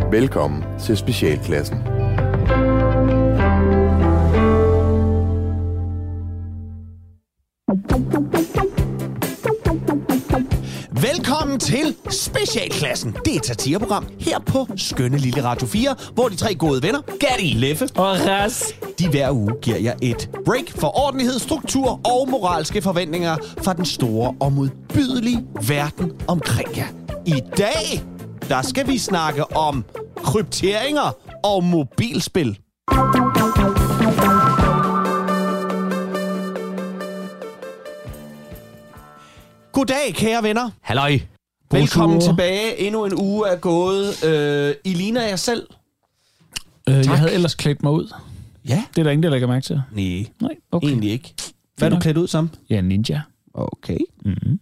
Velkommen til Specialklassen. Velkommen til Specialklassen. Det er et satireprogram her på skønne lille Radio 4, hvor de tre gode venner, Gatti, Leffe og Ras, de hver uge giver jer et break for ordentlighed, struktur og moralske forventninger fra den store og modbydelige verden omkring jer. I dag, der skal vi snakke om krypteringer og mobilspil. Goddag, kære venner. halløj. Velkommen tilbage. Endnu en uge er gået. I ligner jer selv. Jeg havde ellers klædt mig ud. Ja. Det er der ingen, der lægger mærke til. Nej, okay. Egentlig ikke. Hvad er du klædt ud som? Ja, ninja. Okay. Mm-hmm.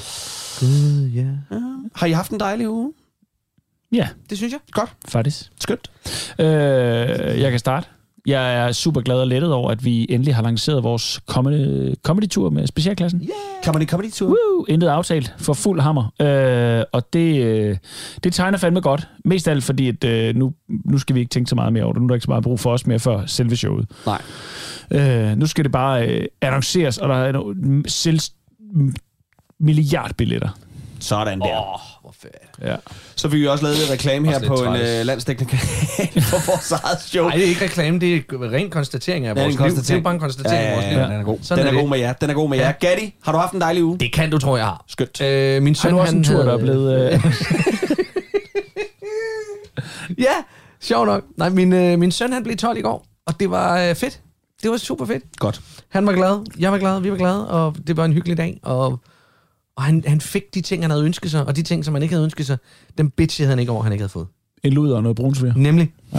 Har I haft en dejlig uge? Ja. Det synes jeg. Godt. Faktisk. Skønt. Jeg kan starte. Jeg er super glad og lettet over, at vi endelig har lanceret vores comedy-tur med Specialklassen. Yeah. Comedy-tur. Woo! Intet aftalt for fuld hammer. Og det tegner fandme godt. Mest af alt fordi, at nu skal vi ikke tænke så meget mere over det. Nu er der ikke så meget brug for os mere før selve showet. Nej. Nu skal det bare annonceres, og der er milliardbilletter. Sådan der. Hvor fedt. Ja. Så fik vi også lavet lidt reklame her på en landsdækkende kanal for vores eget show. Nej, det er ikke reklame, det er ren konstatering af vores liv. Det er bare en konstatering af vores liv. Den er god. Den er god med jer. Gatti, har du haft en dejlig uge? Det kan du, tror jeg har. Skønt. Min søn, har du også en tur, der er blevet... Ja, sjov nok. Nej, min søn, han blev 12 i går, og det var fedt. Det var super fedt. Godt. Han var glad, jeg var glad, vi var glade, og det var en hyggelig dag, og han fik de ting, han havde ønsket sig, og de ting, som han ikke havde ønsket sig, dem bitchede han ikke over, han ikke havde fået. En luder og noget brunsviger. Nemlig. Ja.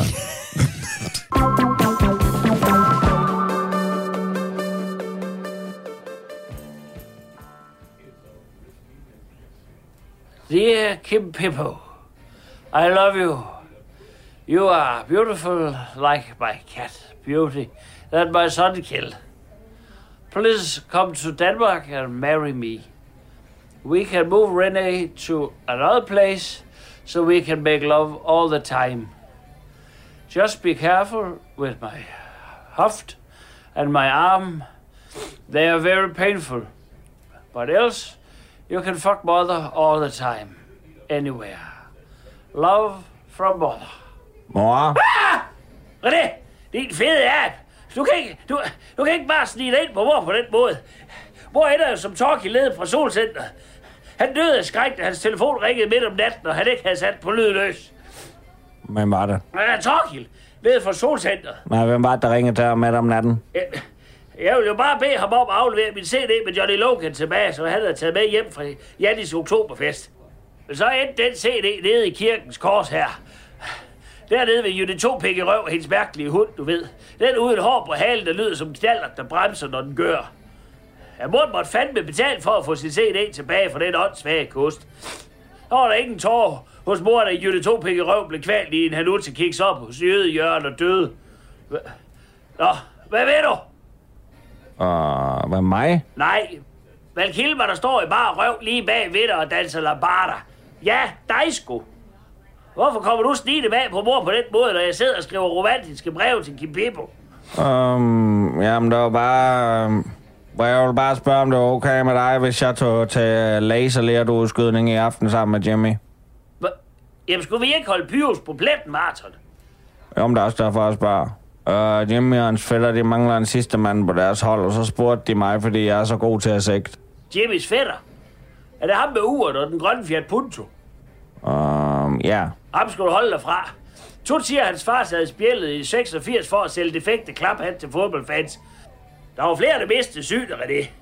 Dear Kim Pippo, I love you. You are beautiful like my cat, Beauty, that my son killed. Please come to Denmark and marry me. We can move Renee to another place so we can make love all the time. Just be careful with my haft and my arm. They are very painful. But else, you can fuck mother all the time. Anywhere. Love from mother. Mor? Ah! René, din fede app. Du kan ikke bare snige dig ind på mor på den måde. Mor ender jo som Torkild led fra Solcenteret. Han døde af skræk, da hans telefon ringede midt om natten, og han ikke havde sat på lydløs. Hvem var det? Torkild, led fra Solcenteret. Nej, hvem var det, der ringede til ham midt om natten? Jeg vil jo bare bede ham om at aflevere min CD med Johnny Logan tilbage, som han havde taget med hjem fra Jannis oktoberfest. Men så endte den CD nede i kirkens kors her. Dernede ved Jytte 2 pik i røv, hendes mærkelige hund, du ved. Den uden hår på halen, der lyder som knaller, der bremser, når den gør. Jeg måtte fandme betale for at få sin CD tilbage fra den åndssvage kost. Der var der ingen tår hos mor, der i Jytte 2 pik i røv blev kvalt i en hanut til kiks op hos Jødehjørn og døde. Nå, hvad ved du? Hvad mig? Nej, Val Kilmer, der står i bare røv lige bag ved dig og danser lambada. Ja, dig sgu. Hvorfor kommer du snigende bag på mor på den måde, når jeg sidder og skriver romantiske breve til Kim Pippo? Jamen, det var bare... jeg ville bare spørge, om det var okay med dig, hvis jeg tog til laserlerduudskydning i aften sammen med Jimmy. Jamen, skulle vi ikke holde Pyrus på pletten, Martin? Jo, men det er også derfor, jeg spørger. Jimmy og hans fætter, de mangler en sidste mand på deres hold, og så spurgte de mig, fordi jeg er så god til at sigte. Jimmys fætter? Er det ham med uret og den grønne Fiat Punto? Ja. Ham skulle du holde dig fra. Tut siger, at hans far sad spjældet i 86 for at sælge defekte klaphat til fodboldfans. Der var flere, der mistede synet af det.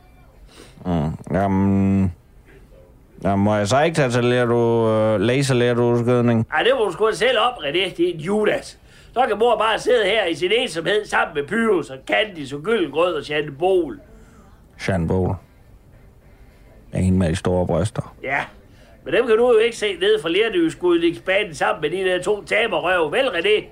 Jamen, må jeg så ikke tage til laserlerduudskydning? Nej, det må du sgu selv op, René. Det er en Judas. Så kan mor bare sidde her i sin ensomhed sammen med Pyrus og Candice og Gyllengrød og Jeanne Bol. Jeanne Bol. En med de store bryster. Ja, men dem kan du jo ikke se nede fra Lerdøskudningsbanen sammen med de der 2 taberrøv. Vel, René?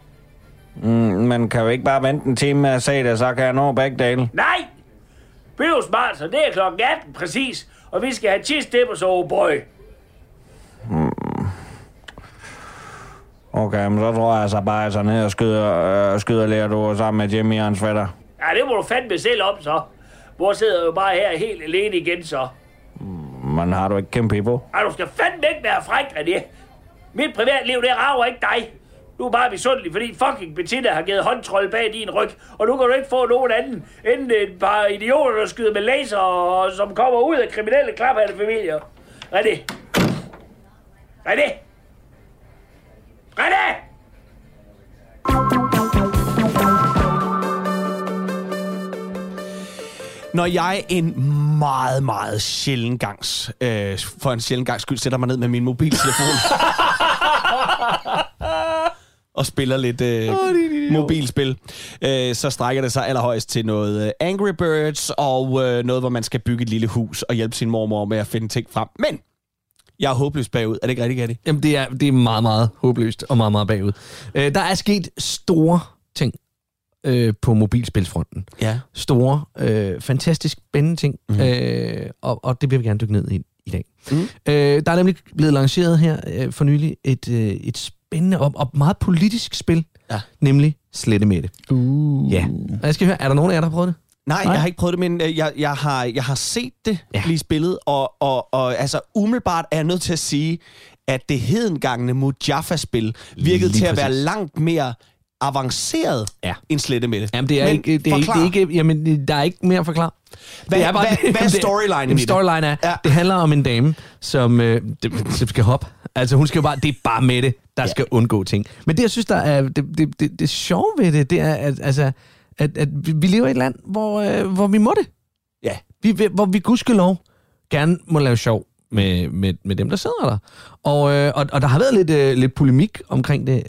Men kan vi ikke bare vente en time med at se det, så kan jeg nå begge dele? Nej! Pyrus Martin, det er klokken 18 præcis, og vi skal have cheese dippers over boy. Okay, men så tror jeg altså bare, at jeg tager ned og skyder Lear sammen med Jimmy og hans fætter. Ja, det må du fandme selv om, så. Hvor sidder jo bare her helt alene igen, så. Men har du ikke Kim Pippo? Ej, du skal fandme ikke være fræk af det. Mit privatliv, det rager ikke dig. Du er bare misundelig, fordi fucking Bettina har givet håndtrol bag din ryg, og nu kan du ikke få nogen anden end et par idioter, der skyder med laser, og som kommer ud af kriminelle klaphattefamilier. René! Når jeg en meget, meget sjælden gangs, for en sjælden gangs skyld, sætter mig ned med min mobiltelefon og spiller lidt mobilspil, så strækker det sig allerhøjst til noget Angry Birds og noget, hvor man skal bygge et lille hus og hjælpe sin mormor med at finde ting frem. Men jeg er håbløst bagud. Er det ikke rigtigt, Gatti? Jamen, det er meget, meget håbløst og meget, meget bagud. Der er sket store ting på mobilspilsfronten. Ja. Store, fantastisk spændende ting, og det vil vi gerne dykke ned i dag. Der er nemlig blevet lanceret her for nylig et spændende og meget politisk spil, nemlig Slettemætte. Ja. Og jeg skal høre, er der nogen af jer, der har prøvet det? Nej, jeg har ikke prøvet det, men jeg har set det blive spillet, og altså umiddelbart er jeg nødt til at sige, at det hedengangende Mujaffa-spil virkede til at være langt mere avanceret end Slettemætte. Jamen, det er ikke, jamen, der er ikke mere at forklare. Hvad er storylinen i det? Storyline er, det handler om en dame, som skal hoppe. Altså, hun skal jo bare, det er bare Mette, der skal undgå ting. Men det, jeg synes, der er det sjove ved det, det er, at vi lever i et land, hvor vi må det. Ja. Hvor vi gudskelov gerne må lave sjov med dem, der sidder der. Og der har været lidt polemik omkring det.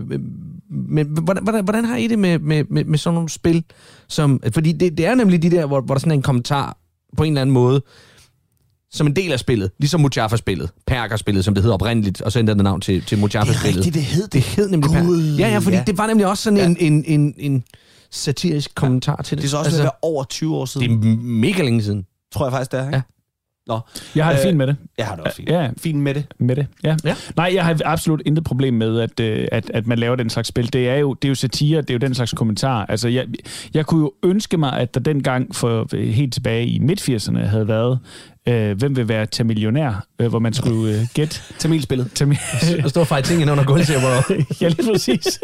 Men hvordan har I det med sådan nogle spil? Fordi det er nemlig de der, hvor der sådan en kommentar på en eller anden måde, som en del af spillet, ligesom Mujaffa-spillet, Perker-spillet, som det hedder oprindeligt, og så ændrede det navn til Mujaffa-spillet. Det er rigtigt, det hed nemlig Perker. Ja, fordi det var nemlig også sådan en satirisk kommentar til det. Det er så også være over 20 år siden. Det er mega længe siden. Tror jeg faktisk, det er, ikke? Ja. Nå. Jeg har det fint med det. Jeg har det også fint. Ja. Fint med det. Med det, ja. Nej, jeg har absolut intet problem med, at man laver den slags spil. Det er jo satire, det er jo den slags kommentar. Altså, jeg kunne jo ønske mig, at der dengang for helt tilbage i midt-80'erne havde været hvem vil være tamillionær, hvor man skulle gætte. Tamilspillet. Og stå og fejre ting ind under gulvtæpper. Ja, lige præcis.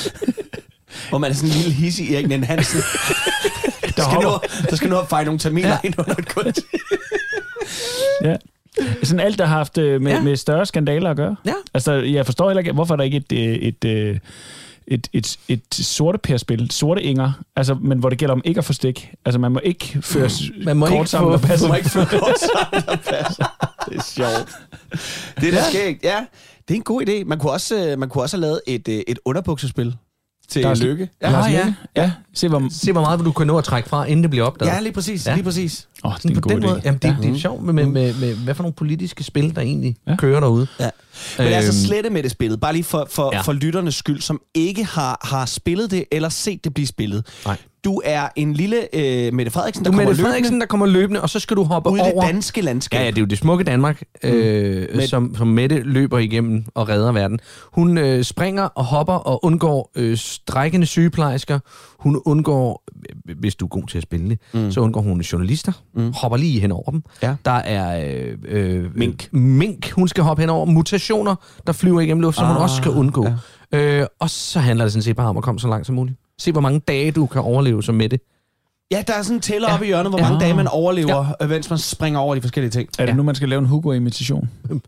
Hvor man er sådan en lille hissig Erik Ninn Hansen. Der skal nå at fejre nogle tamiler ind under et gulv. Ja. Sådan alt, der har haft med større skandaler at gøre. Ja. Altså, jeg forstår heller ikke, hvorfor der ikke et sorte pærspil, sorte inger, altså, men hvor det gælder om ikke at få stik. Altså, man må ikke føre kort sammen, der passer. Man må ikke føre kort sammen, der passer. Det er sjovt. Det er da skægt. Ja, det er en god idé. Man kunne også have lavet et underbuksespil til Lykke. Ja. Se, hvor meget du kan nå at trække fra, inden det bliver opdaget. Ja, lige præcis. Lige præcis. Det er en god idé. Jamen, det er sjovt med hvad for nogle politiske spil, der egentlig kører derude. Ja. Men altså Slettemætte-spillet, bare lige for lytternes skyld, som ikke har spillet det, eller set det blive spillet. Nej. Du er en lille Mette Frederiksen, der kommer løbende, og så skal du hoppe over det danske landskab. Ja, det er jo det smukke Danmark, som Mette løber igennem og redder verden. Hun springer og hopper og undgår strejkende sygeplejersker. Hun undgår, hvis du er god til at spille det, så undgår hun journalister. Hopper lige hen over dem. Ja. Der er mink, hun skal hoppe hen over. Mutationer, der flyver igennem luft, som hun også skal undgå. Ja. Og så handler det sådan set bare om at komme så langt som muligt. Se, hvor mange dage du kan overleve som Mette. Ja, der er sådan en tæller oppe i hjørnet, hvor mange dage man overlever, mens man springer over de forskellige ting. Er det nu, man skal lave en Hugo-imitation?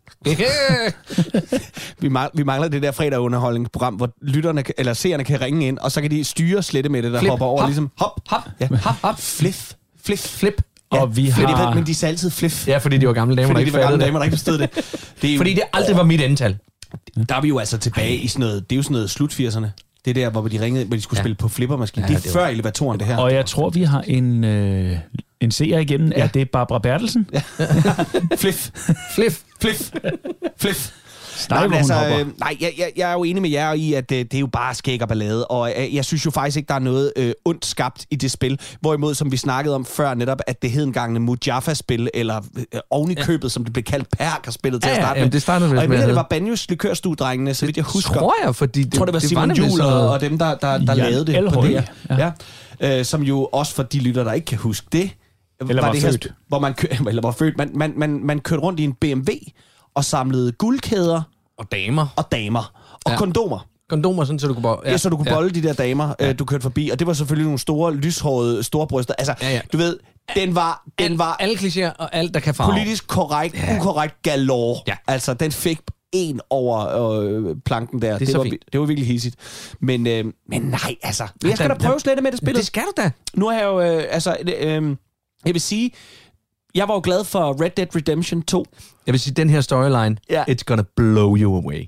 Vi mangler det der fredagsunderholdningsprogram, hvor lytterne eller seerne kan ringe ind, og så kan de styre Slettemætte, der hopper over. Ligesom hop, flip. Og vi har... Men de sagde altid flip. Ja, fordi de var gamle damer, der ikke forstod det. Fordi det aldrig var mit antal. Der er vi jo altså tilbage i sådan noget, det er jo sådan noget slut 80'erne. Det er der, hvor de ringede, hvor de skulle spille på flippermaskinen. Det er før elevatoren, det her. Og jeg tror, vi har en seer igennem. Ja. Er det Barbara Bertelsen? Ja. Flip. Jeg er jo enig med jer i, at det er jo bare skæg og ballade, og jeg synes jo faktisk ikke, der er noget ondt skabt i det spil. Hvorimod, som vi snakkede om før netop, at det hed engang Mujaffa-spil, eller oven i købet, som det blev kaldt Perker-spillet til at starte med. Det startede og jeg ved, det var Banjos Likørstue-drengene, så vidt jeg husker. Tror jeg, fordi det var Simon Juhl og dem, der lavede det på det her. Ja. Som jo også for de lytter, der ikke kan huske det, eller var født. Hvor var født. Man kørte rundt i en BMW og samlede guldkæder og damer og kondomer. Kondomer, sådan, så du kunne bolle. Ja, så du kunne bolle de der damer, du kørte forbi. Og det var selvfølgelig nogle store, lyshårede, store bryster. Altså, du ved, den var alle klichéer og alt, der kan farve. Politisk korrekt, ukorrekt galore. Ja. Altså, den fik en over planken der. Det var virkelig hissigt. Men nej, altså. Jeg skal da prøve slet med det spillet. Det skal du da. Nu har jeg jo, jeg vil sige, jeg var jo glad for Red Dead Redemption 2. Jeg vil sige, den her storyline, it's gonna blow you away.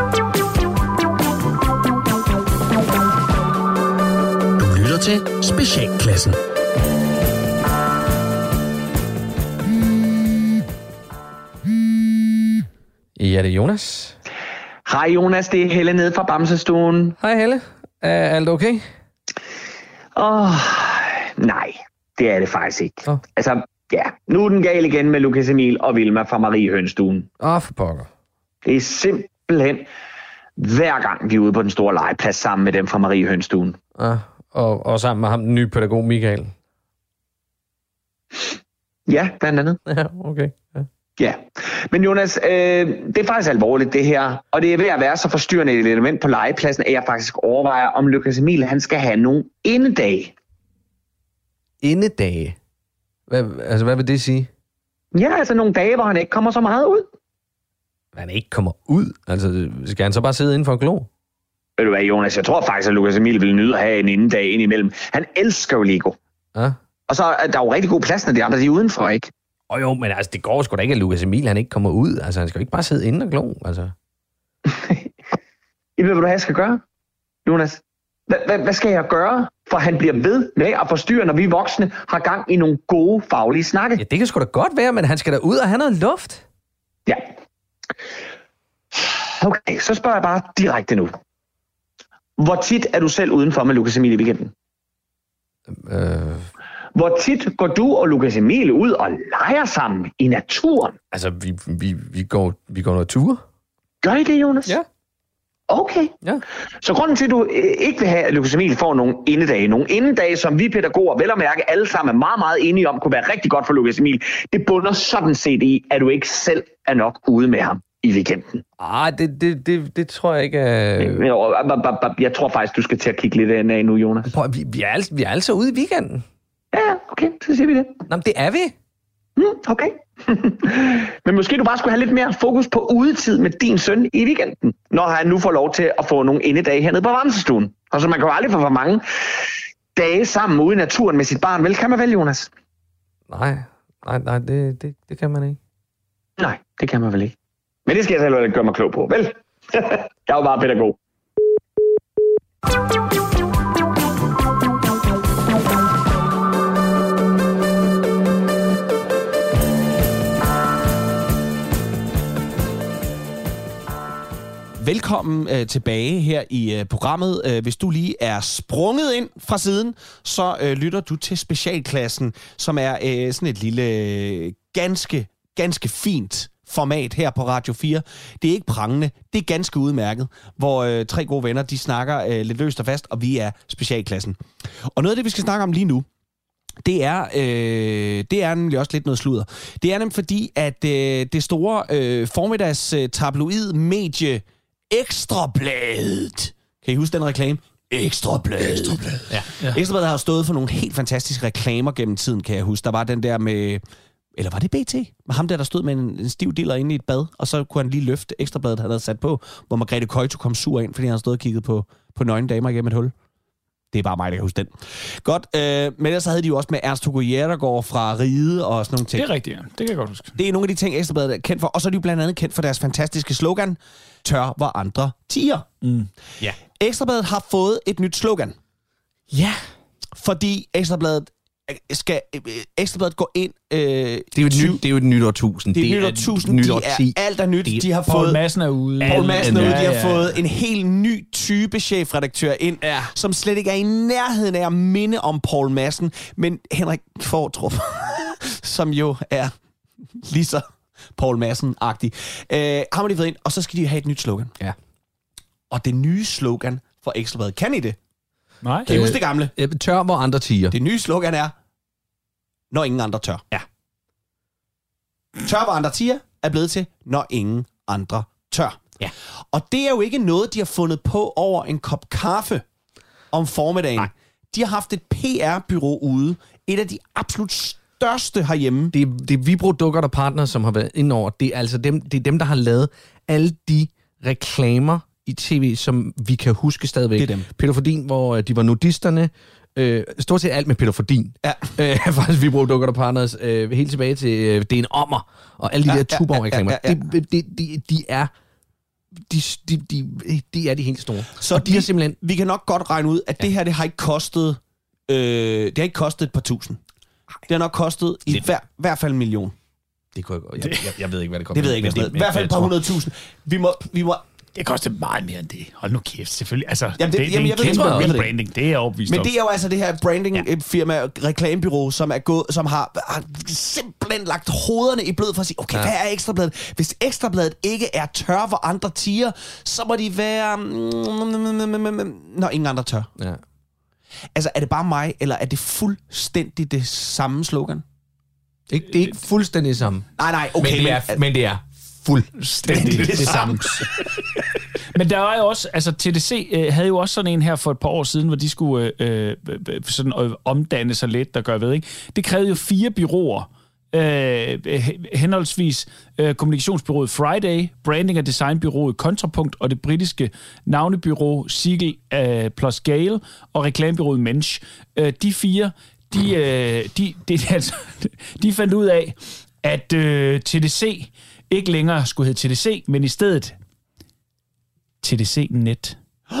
Du lytter til Specialklassen. Ja, det er Jonas. Hej Jonas, det er Helle nede fra Bamsestuen. Hej Helle. Er alt okay? Nej, det er det faktisk ikke. Altså, ja, nu er den gal igen med Lukas Emil og Vilma fra Marie Hønstuen. For pokker. Det er simpelthen hver gang vi er ude på den store legeplads sammen med dem fra Marie Hønstuen. Og sammen med ham, den nye pædagog Michael. Ja, blandt andet. Ja, okay. Ja, men Jonas, det er faktisk alvorligt det her, og det er ved at være så forstyrrende et element på legepladsen, at jeg faktisk overvejer, om Lukas Emil han skal have nogle indedage. Indedage? Hvad vil det sige? Ja, altså nogle dage, hvor han ikke kommer så meget ud. Han ikke kommer ud? Altså, skal han så bare sidde inden for en glo? Ved du hvad, Jonas, jeg tror faktisk, at Lukas Emil vil nyde at have en indedag indimellem. Han elsker jo Lego. Ja. Og så er der jo rigtig god plads, når de andre de er udenfor, ikke? Jo, men altså, det går sgu da ikke, at Lukas Emil han ikke kommer ud. Altså, han skal jo ikke bare sidde inde og glo, altså. I ved, hvad du her skal gøre, Jonas? Hvad skal jeg gøre, for han bliver ved med at forstyrre, når vi voksne har gang i nogle gode faglige snakke? Ja, det kan sgu da godt være, men han skal da ud og have noget luft. Ja. Okay, så spørger jeg bare direkte nu. Hvor tit er du selv udenfor med Lukas Emil i weekenden? Hvor tit går du og Lukas Emil ud og leger sammen i naturen? Altså, vi går noget ture. Gør I det, Jonas? Ja. Okay. Ja. Så grunden til, at du ikke vil have, at Lukas Emil får nogle indedage, som vi pædagoger vel at mærke alle sammen er meget, meget enige om, kunne være rigtig godt for Lukas Emil, det bunder sådan set i, at du ikke selv er nok ude med ham i weekenden. Det tror jeg ikke er... Jeg tror faktisk, du skal til at kigge lidt af nu, Jonas. Prøv, vi er altså ude i weekenden. Ja, okay, så siger vi det. Nå, men det er vi. Okay. Men måske du bare skulle have lidt mere fokus på udetid med din søn i weekenden, når han nu får lov til at få nogle indedage hernede på Bamsestuen. Og så man kan jo aldrig få for mange dage sammen ude i naturen med sit barn. Vel, kan man vel, Jonas? Nej, det kan man ikke. Nej, det kan man vel ikke. Men det skal jeg selv ikke gøre mig klog på, vel? Jeg er jo bare pædagog. Velkommen tilbage her i programmet. Hvis du lige er sprunget ind fra siden, så lytter du til Specialklassen, som er sådan et lille, ganske fint format her på Radio 4. Det er ikke prangende, det er ganske udmærket, hvor tre gode venner, de snakker lidt løst og fast, og vi er Specialklassen. Og noget af det, vi skal snakke om lige nu, det er nemlig også lidt noget sludder. Det er nemlig fordi, at det store formiddags tabloid-medie Ekstrabladet. Kan I huske den reklame? Ekstrabladet. Ja. Ekstrabladet har stået for nogle helt fantastiske reklamer gennem tiden, kan jeg huske. Der var den der med... Eller var det BT? Med ham der stod med en stiv diller inde i et bad, og så kunne han lige løfte Ekstrabladet, han havde sat på, hvor Margrethe Køjto kom sur ind, fordi han havde stået og kigget på nøgne damer igennem et hul. Det er bare mig, der kan huske den. Godt, men ellers så havde de jo også med Ernst Hugo Hjertegård fra Ride og sådan nogle ting. Det er rigtigt, ja. Det kan jeg godt huske. Det er nogle af de ting, Ekstrabladet er kendt for. Og så er de jo blandt andet kendt for deres fantastiske slogan, tør hvor andre tiger. Ja. Ekstrabladet har fået et nyt slogan. Ja. Fordi Ekstrabladet skal Ekstrabladet gå ind... Det er jo et nyt årtusind. Det er et nyt årtusind. Alt er nyt. De har fået... Poul Madsen er ude. Poul Madsen er ude. De har fået en helt ny type chefredaktør ind, som slet ikke er i nærheden af at minde om Poul Madsen, men Henrik Qvortrup, som jo er lige så Poul Madsen-agtig, har de fået ind, og så skal de have et nyt slogan. Ja. Og det nye slogan for Ekstrabladet, kan I det? Nej. Kan I huske det gamle? Tør, hvor andre tiger. Det nye slogan er, når ingen andre tør. Ja. Tør, hvor andre tiger, er blevet til, når ingen andre tør. Ja. Og det er jo ikke noget, de har fundet på over en kop kaffe om formiddagen. Nej. De har haft et PR-byrå ude. Et af de absolut største herhjemme. Det er Vibro Dukkert og Partner, som har været inde over. Det er altså dem, der har lavet alle de reklamer i tv, som vi kan huske stadigvæk. Det er dem. Peter Fordin, hvor de var nudisterne. Stort set alt med Peter Fordin. Ja. Faktisk Vibro Dukkert og Partners. Helt tilbage til det er en ommer. Og alle de der Tuborg-reklamer. De er de helt store. Så og de har simpelthen... Vi kan nok godt regne ud, at det her, det har ikke kostet... det har ikke kostet et par tusind. Det har nok kostet i hvert fald 1 million. Det kunne jeg ved ikke, hvad det koster. Det ved jeg ikke, i hvert fald et par 100.000. Vi må det koster meget mere end det. Hold nu kæft, selvfølgelig. Altså, jamen, det er en kæmpe branding. Det er overbevist. Men det er jo altså det her branding-firma, reklamebyrå, som har simpelthen lagt hovederne i blød for at sige, okay, hvad er Ekstrabladet? Hvis Ekstrabladet ikke er tør, hvor andre tiger, så må de være... når ingen andre tør. Ja. Altså, er det bare mig, eller er det fuldstændig det samme slogan? Det er ikke fuldstændig det samme. Nej, okay. Men det er fuldstændig det samme. Men der var jo også, altså TDC havde jo også sådan en her for et par år siden, hvor de skulle omdanne sig lidt, der gør ved, ikke? Det krævede jo 4 bureauer, henholdsvis kommunikationsbyrået Friday, branding- og designbyrået Kontrapunkt og det britiske navnebyrå Siegel plus Gale og reklamebyrået Mensch. De 4, de fandt ud af, at TDC ikke længere skulle hedde TDC, men i stedet TDC Net.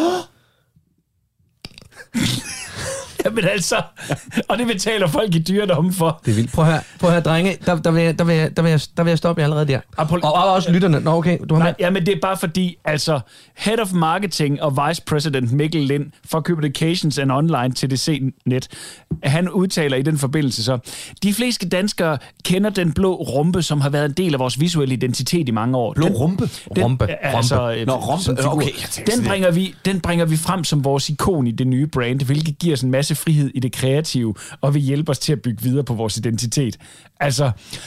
Jamen altså, og det betaler folk i dyredomme for. Det er vildt. Prøv at høre drenge, der vil jeg stoppe jer allerede der. Og også lytterne. Nå, okay, du har med. Ja, men det er bare fordi, altså, Head of Marketing og Vice President Mikkel Lind for Communications and Online TDC Net, han udtaler i den forbindelse så, de fleste danskere kender den blå rumpe, som har været en del af vores visuelle identitet i mange år. Blå rumpe? Rumpe. Okay. Den bringer vi frem som vores ikon i det nye brand, hvilket giver os en masse frihed i det kreative, og vil hjælpe os til at bygge videre på vores identitet. Altså...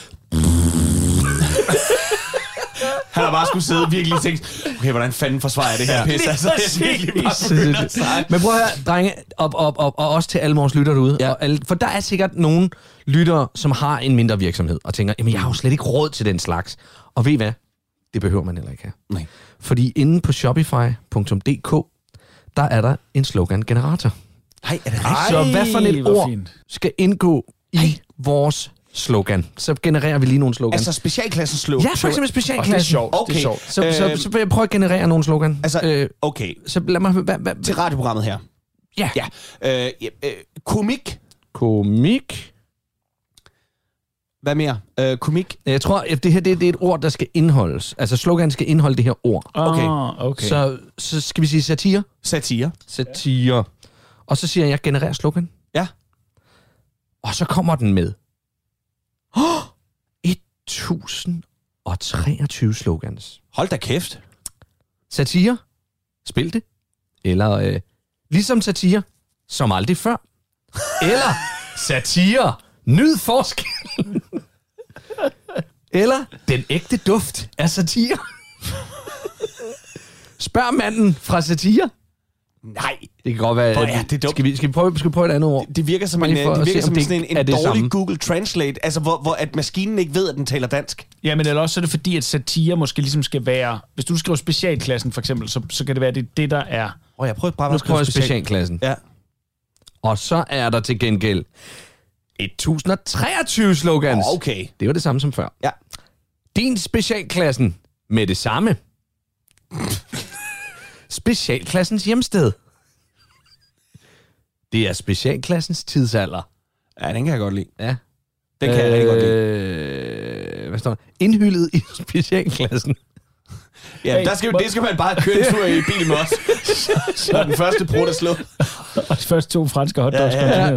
Han har bare skulle sidde og virkelig tænke, okay, hvordan fanden forsvarer jeg det her pis? Altså, det er virkelig bare men prøv at høre, drenge, og også til alle vores lytter derude. Ja. For der er sikkert nogle lyttere, som har en mindre virksomhed, og tænker, jamen jeg har jo slet ikke råd til den slags. Og ved I hvad? Det behøver man heller ikke have. Nej. Fordi inde på shopify.dk, der er der en slogan-generator. Hej, er det rigtigt? Så hvad for et ord skal indgå i vores slogan? Så genererer vi lige nogle slogan. Altså specialklassens slogan? Ja, for eksempel specialklassen. Det er sjovt. Okay. Det er sjovt. Så vil jeg prøve at generere nogle slogan. Altså, okay. Så lad mig... Til radioprogrammet her. Ja. Komik. Komik. Hvad mere? Komik. Jeg tror, at det her det er et ord, der skal indeholdes. Altså slogan skal indeholde det her ord. Okay. Så skal vi sige satire? Satire. Og så siger jeg generer slogan. Ja. Og så kommer den med 1023 slogans. Hold da kæft. Satire. Spil det. Eller ligesom satire, som aldrig før. Eller satire. Nyd forskellen. Eller den ægte duft af satire. Spørg manden fra satire. Nej. Det kan godt være... Skal vi prøve et andet ord? Det virker som, en dårlig Google Translate, altså hvor at maskinen ikke ved, at den taler dansk. Ja, men eller også så er det fordi, at satire måske ligesom skal være... Hvis du skriver specialklassen for eksempel, så kan det være det der er... Jeg prøver bare at skrive specialklassen. Ja. Og så er der til gengæld 1023 slogans. Okay. Det var det samme som før. Ja. Din specialklassen med det samme. Specialklassens hjemsted. Det er specialklassens tidsalder. Ja, den kan jeg godt lide. Ja. Den kan jeg rigtig godt lide. Hvad står der? Indhyldet i specialklassen. Ja, det skal man bare køre en tur i bil med os. Så den første brud er slået. Og de første 2 franske hotdogs.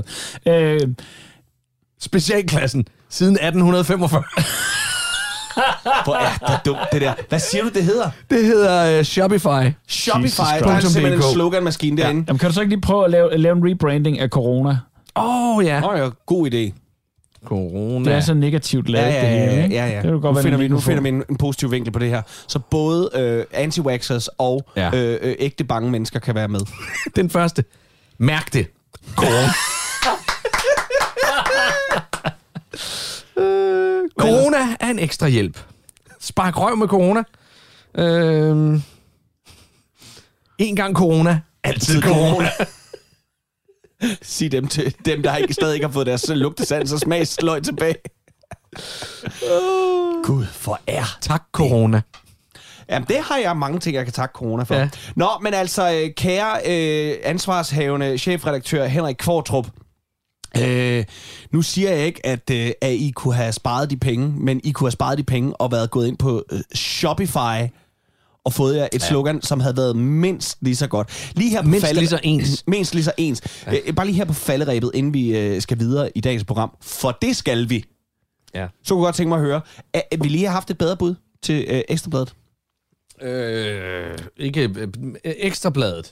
Specialklassen siden 1845. Hvor er det dumt, det der. Hvad siger du, det hedder? Det hedder Shopify. Shopify. Der er simpelthen en sloganmaskine derinde. Jamen, kan du så ikke lige prøve at lave en rebranding af corona? Ja. God idé. Corona. Det er så negativt lavet, det hele, ikke? Ja. Det godt Nu finder vi en positiv vinkel på det her. Så både anti-waxers og ægte bange mennesker kan være med. Den første. Mærk det. Corona. Corona er en ekstra hjælp. Spark røv med corona. En gang corona. Altid corona. Sig dem til dem, der stadig ikke har fået deres lugtesans og smagsløg tilbage. Gud, hvor er. Tak, corona. Jamen, det har jeg mange ting, jeg kan takke corona for. Ja. Nå, men altså, kære ansvarshavende chefredaktør Henrik Kvartrup, nu siger jeg ikke, at I kunne have sparet de penge, men I kunne have sparet de penge og været gået ind på Shopify og fået jer et slogan, som havde været mindst lige så godt. Lige her på mindst lige så ens. Ja. Bare lige her på falderebet, inden vi skal videre i dagens program. For det skal vi. Ja. Så kunne jeg godt tænke mig at høre, at vi lige har haft et bedre bud til Ekstrabladet? Ikke Ekstrabladet.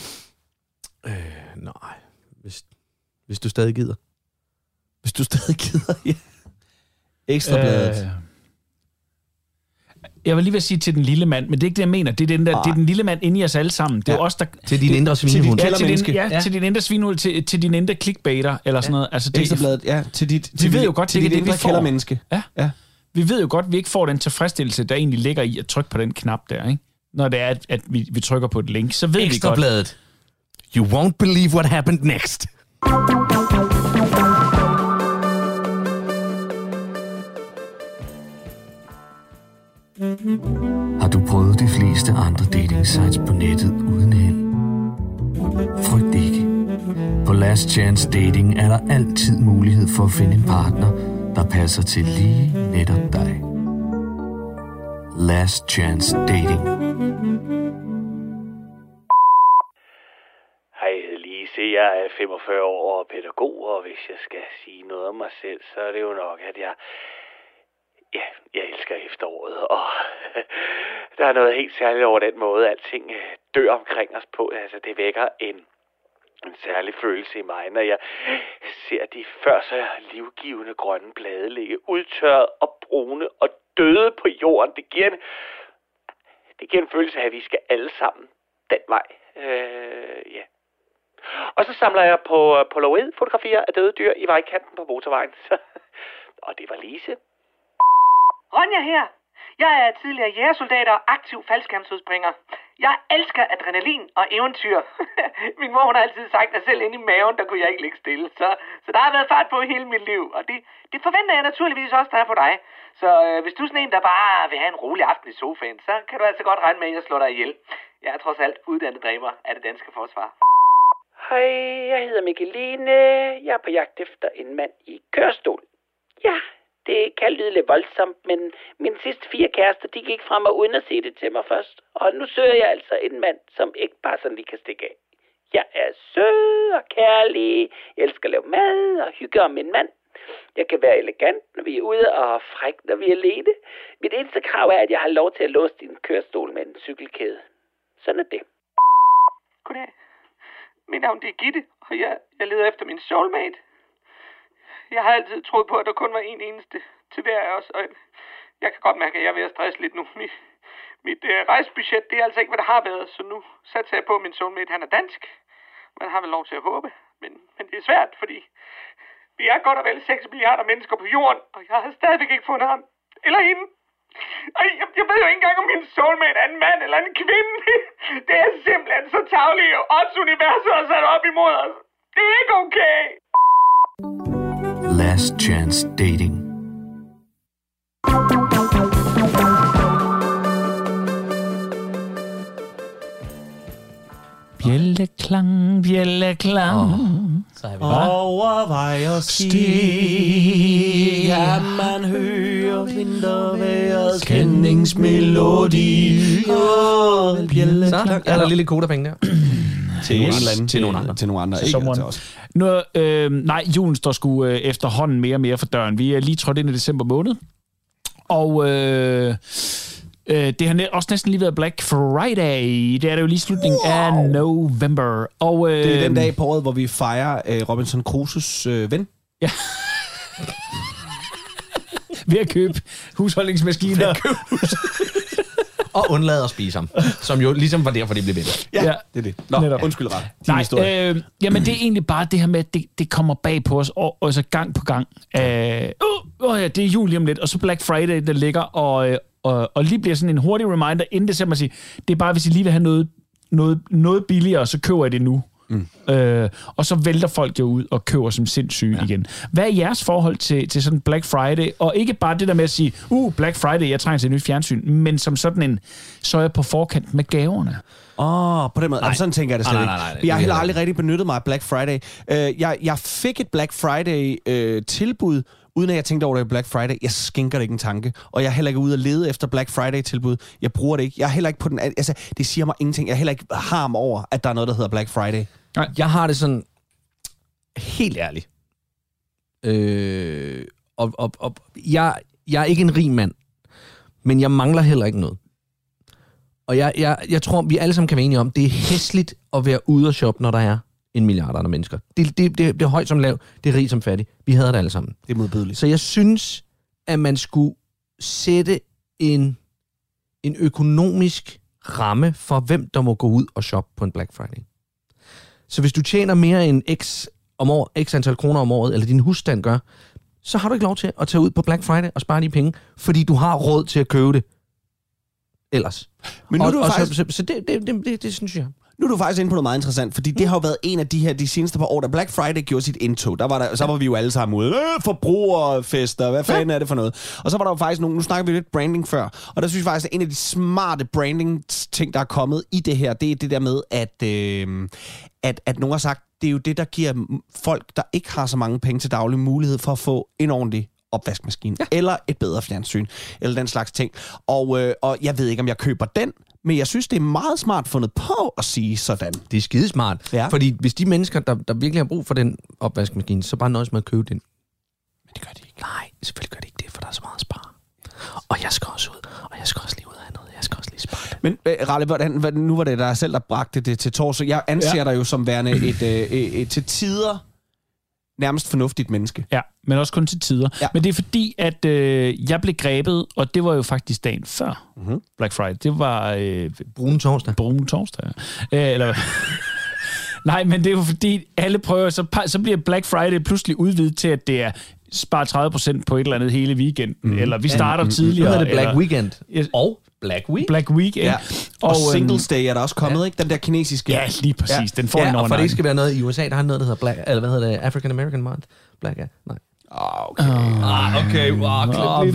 Nej. Hvis du stadig gider. Hvis du stadig gider, ja. Ekstrabladet. Jeg vil lige vil sige til den lille mand, men det er ikke det, jeg mener. Det er den, det er den lille mand inde i os alle sammen. Det er os, der... Til din indre svinehund. Til din indre svinehund, til din indre clickbaiter, eller sådan noget. Altså, Ekstrabladet, ja. Vi ved jo godt, det er det, vi får. Menneske. Ja. Vi ved jo godt, at vi ikke får den tilfredsstillelse, der egentlig ligger i at trykke på den knap der, ikke? Når det er, at vi trykker på et link, så ved vi godt... Ekstrabladet. You won't believe what happened next. Har du prøvet de fleste andre dating sites på nettet uden held? Frygt ikke. På Last Chance Dating er der altid mulighed for at finde en partner, der passer til lige netop dig. Last Chance Dating. Hej, Lise. Jeg er 45 år og pædagog, og hvis jeg skal sige noget om mig selv, så er det jo nok, at jeg elsker efteråret, og der er noget helt særligt over den måde, alting dør omkring os på. Altså, det vækker en særlig følelse i mig, når jeg ser de før så livgivende grønne blade ligge udtørret og brune og døde på jorden. Det giver en følelse af, at vi skal alle sammen den vej. Ja. Og så samler jeg på polaroid-fotografier af døde dyr i vejkanten på motorvejen. Og det var Lise. Ronja her. Jeg er tidligere jægersoldat og aktiv faldskærmsudspringer. Jeg elsker adrenalin og eventyr. Min mor har altid sagt, at selv inde i maven, der kunne jeg ikke ligge stille. Så der har været fart på hele mit liv, og det forventer jeg naturligvis også, der er for dig. Så hvis du er sådan en, der bare vil have en rolig aften i sofaen, så kan du altså godt regne med, at jeg slår dig ihjel. Jeg er trods alt uddannet dræber af det danske forsvar. Hej, jeg hedder Mikkeline. Jeg er på jagt efter en mand i kørestol. Ja, det kan lyde lidt voldsomt, men mine sidste 4 kærester, de gik fra mig uden at se det til mig først. Og nu søger jeg altså en mand, som ikke bare sådan lige kan stikke af. Jeg er sød og kærlig. Jeg elsker at lave mad og hygge om min mand. Jeg kan være elegant, når vi er ude, og fræk, når vi er alene. Mit eneste krav er, at jeg har lov til at låse din kørestol med en cykelkæde. Sådan er det. Goddag. Mit navn er Gitte, og jeg leder efter min soulmate. Jeg har altid troet på, at der kun var en eneste til hver af os, og jeg kan godt mærke, at jeg er ved at stresse lidt nu. Mit rejsebudget, det er altså ikke, hvad det har været, så nu satser jeg på, at min soulmate, han er dansk. Man har vel lov til at håbe, men det er svært, fordi vi er godt og vel 6 milliarder mennesker på jorden, og jeg har stadigvæk ikke fundet ham. Eller hende. Og jeg ved jo ikke engang, om min soulmate er en mand eller en kvinde. Det er simpelthen så tarveligt, og odds-universet har sat op imod os. Det er ikke okay. Last Chance Dating. Bjælleklang, bjælleklang. Så er vi Overvej og stig, kan man høre vintervejrets kendingsmelodi. Så er der lille kodapenge der. Til en eller anden. Til nogle andre. Til nogle andre, Til ikke sommeren. til os. Nu, nej, julen står sgu efterhånden mere og mere for døren. Vi er lige trådt ind i december måned. Og det har også næsten lige været Black Friday. Det er det jo lige slutningen af november. Og, Det er den dag på året, hvor vi fejrer Robinson Crusoes ven. Ja. Ved at købe husholdningsmaskiner. Og undlade at spise ham. Som jo ligesom var derfor, de blev venner. Ja, det er det. Nå, Netop. undskyld ret. Nej, jamen det er egentlig bare det her med, at det kommer bag på os, og så gang på gang. Ja, det er jul lige om lidt, og så Black Friday, der ligger, og lige bliver sådan en hurtig reminder, inden december, at sige, det er bare, hvis I lige vil have noget billigere, så køber jeg det nu. Og så vælter folk jo ud og køber som sindssyge igen. Hvad er jeres forhold til sådan Black Friday? Og ikke bare det der med at sige, Black Friday, jeg trænger til et nyt fjernsyn, men som sådan en, så er jeg på forkant med gaverne. På den måde. Jamen, sådan tænker jeg det slet ikke. Nej. Jeg har heller aldrig rigtig benyttet mig af Black Friday. Jeg fik et Black Friday-tilbud, uden at jeg tænkte over det Black Friday. Jeg skænker det ikke en tanke. Og jeg er heller ikke ude og lede efter Black Friday-tilbud. Jeg bruger det ikke. Jeg er heller ikke på den... Altså, det siger mig ingenting. Jeg er heller ikke harm over, at der er noget, der hedder Black Friday. Nej. Jeg har det sådan... Helt ærligt. Jeg er ikke en rig mand. Men jeg mangler heller ikke noget. Og jeg tror, vi alle sammen kan være enige om, det er hæsligt at være ude og shoppe, når der er 1 milliard andre mennesker. Det er højt som lav, det er rig som fattig. Vi hader det alle sammen. Det er modbydeligt. Så jeg synes, at man skulle sætte en økonomisk ramme for, hvem der må gå ud og shoppe på en Black Friday. Så hvis du tjener mere end x antal kroner om året, eller din husstand gør, så har du ikke lov til at tage ud på Black Friday og spare de penge, fordi du har råd til at købe det ellers. Men nu Så det synes jeg. Nu er du faktisk inde på noget meget interessant, fordi det har jo været en af de seneste par år, da Black Friday gjorde sit indtog. Så var vi jo alle sammen ude. Forbrugerfester, hvad fanden er det for noget? Og så var der jo faktisk nu snakker vi lidt branding før, og der synes jeg faktisk, at en af de smarte branding-ting, der er kommet i det her, det er det der med, at nogen har sagt, det er jo det, der giver folk, der ikke har så mange penge til daglig, mulighed for at få en ordentlig opvaskemaskine, eller et bedre fjernsyn, eller den slags ting. Og jeg ved ikke, om jeg køber den, men jeg synes, det er meget smart fundet på at sige sådan. Det er skidesmart. Ja. Fordi hvis de mennesker, der virkelig har brug for den opvaskemaskine, så bare nøjes med at købe den. Men det gør de ikke. Nej, selvfølgelig gør det ikke det, for der er så meget at spare. Og jeg skal også ud, og jeg skal også lige ud af noget. Jeg skal også lige spare det. Men Ralle, nu var det dig selv, der bragte det til tors, så jeg anser dig jo som værende et til tider nærmest fornuftigt menneske. Ja, men også kun til tider. Ja. Men det er fordi, at jeg blev grebet, og det var jo faktisk dagen før Black Friday. Det var... Brune torsdag. Brune torsdag, ja. Eller... Nej, men det er jo fordi, alle prøver, så bliver Black Friday pludselig udvidet til, at det er spare 30% på et eller andet hele weekenden, eller vi starter tidligere. Nu hedder det Black eller, Weekend. Og Black Week. Black Week, ja. Og Singles Day er der også kommet, ikke? Den der kinesiske... Ja, lige præcis. Den får en og for det ikke skal være noget i USA, der har noget, der hedder Black... Eller hvad hedder det? African American Month? Black... Nej. Okay. Wow,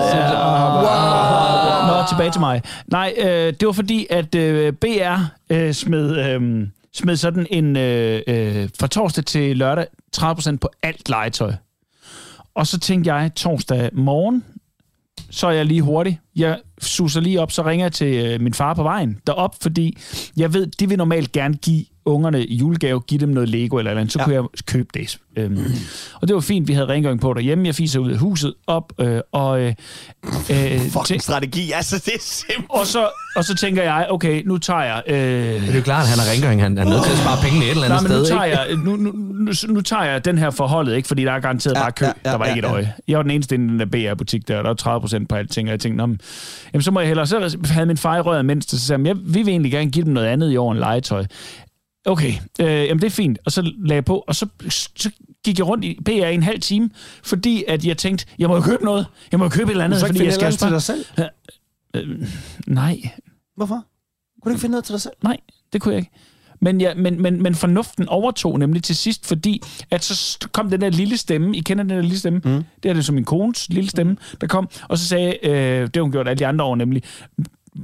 Nå, tilbage til mig. Nej, det var fordi, at BR smed sådan en fra torsdag til lørdag 30% på alt legetøj. Og så tænkte jeg, torsdag morgen, så er jeg lige hurtig. Jeg suser lige op, så ringer jeg til min far på vejen derop, fordi jeg ved, de vil normalt gerne give ungerne i julegave, give dem noget Lego eller andet, så kunne jeg købe det. Og det var fint, vi havde rengøring på derhjemme. Jeg fiser ud af huset op, fucking strategi, altså det er simpelthen... Og så tænker jeg, okay, nu tager jeg... Det er jo klart, at han har rengøring. Han er nødt til at spare pengene et eller andet sted. Nu tager jeg den her forholdet, ikke? Fordi der er garanteret bare kø. Der var ikke et øje. Jeg var den eneste i den der BR-butik der var 30% på alting, og jeg tænkte, jamen så må jeg hellere... Så havde min far i røret mindst, så sagde jeg, vi vil egentlig gerne give dem noget andet i år end legetøj. Okay, jamen det er fint. Og så lagde jeg på, og så gik jeg rundt i BR i en halv time, fordi at jeg tænkte, jeg må jo købe noget. Jeg må jo købe et eller andet, fordi jeg skal til dig selv? Nej. Hvorfor? Kunne du ikke finde noget til dig selv? Nej, det kunne jeg ikke. Men fornuften overtog nemlig til sidst, fordi at så kom den der lille stemme, I kender den der lille stemme, det er det som min kones lille stemme, der kom, og så sagde, det hun gjort alle de andre år nemlig,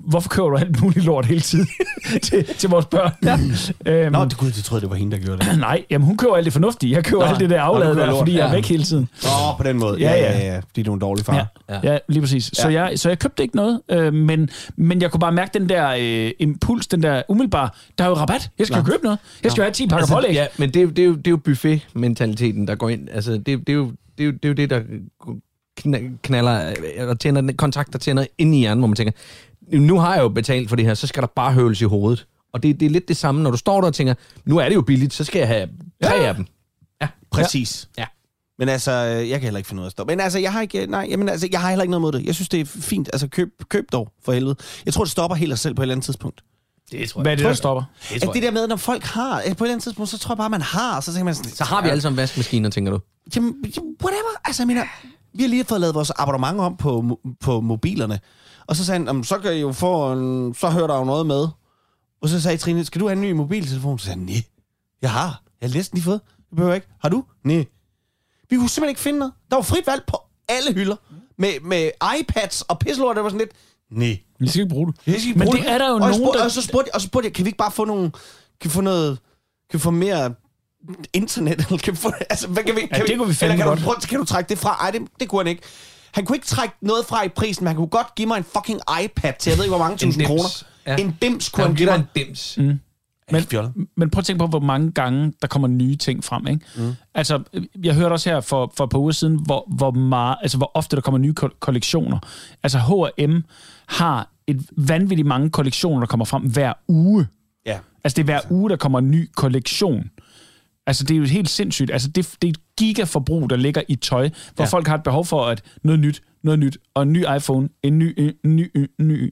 hvorfor køber du alt muligt lort hele tiden til vores børn? Ja. Nå, det troede det var hende, der gjorde det. Nej, jamen hun køber alt det fornuftige. Jeg køber alt det der afladet der, fordi jeg er væk hele tiden. På den måde. Ja. Fordi du er en dårlig far. Ja, lige præcis. Ja. Så jeg købte ikke noget, men jeg kunne bare mærke den der impuls, den der umiddelbare, der er jo rabat. Jeg skal jo købe noget. Jeg skal jo have 10 pakker pålæg. Ja, men det er jo buffet-mentaliteten, der går ind. Altså, det er jo det, der knaller og tænder kontakt, der tænder ind i hjernen, hvor man tænker, nu har jeg jo betalt for det her, så skal der bare høvles i hovedet. Og det er lidt det samme, når du står der og tænker, nu er det jo billigt, så skal jeg have 3 af dem. Ja, præcis. Ja. Men altså, jeg kan heller ikke finde ud af at stå. Men altså, jeg har heller ikke noget mod det. Jeg synes, det er fint. Altså, køb dog, for helvede. Jeg tror, det stopper helt af selv på et eller andet tidspunkt. Det tror jeg. Hvad er det, der stopper? Det der med, når folk har, på et eller andet tidspunkt, så tror jeg bare, man har. Så tænker man sådan, så har vi alle sammen vaskemaskiner, tænker du? Jamen, whatever. Altså, jeg mener, vi har lige fået lavet vores abonnement om på mobilerne. Og så sagde han, så kan I jo få så hører der jo noget med. Og så sagde Trine, skal du have en ny mobiltelefon? Så sagde han, nej, jeg har næsten lige fået. Det behøver jeg ikke. Har du? Nej. Vi kunne simpelthen ikke finde noget. Der var frit valg på alle hylder. Med iPads og pisselort, der var sådan lidt, nej. Vi skal ikke bruge det. Men det er der jo nogen, der... Og så spurgte jeg, kan vi ikke bare få nogle... Kan vi få mere internet? Eller kan vi få... Altså, hvad kan vi... det kunne vi finde godt. Kan du trække det fra? Ej, det kunne han ikke. Han kunne ikke trække noget fra i prisen, men han kunne godt give mig en fucking iPad til, jeg ved ikke, hvor mange tusind kroner. Ja. En dims kunne han give mig. En dims. Men prøv at tænke på, hvor mange gange der kommer nye ting frem, ikke? Altså, jeg hørte også her for et par uger siden, hvor ofte der kommer nye kollektioner. Altså, H&M har et vanvittigt mange kollektioner, der kommer frem hver uge. Ja. Altså, det er hver uge, der kommer en ny kollektion. Altså, det er jo helt sindssygt. Altså, det er et gigaforbrug, der ligger i tøj, hvor folk har et behov for at noget nyt, og en ny iPhone, en ny.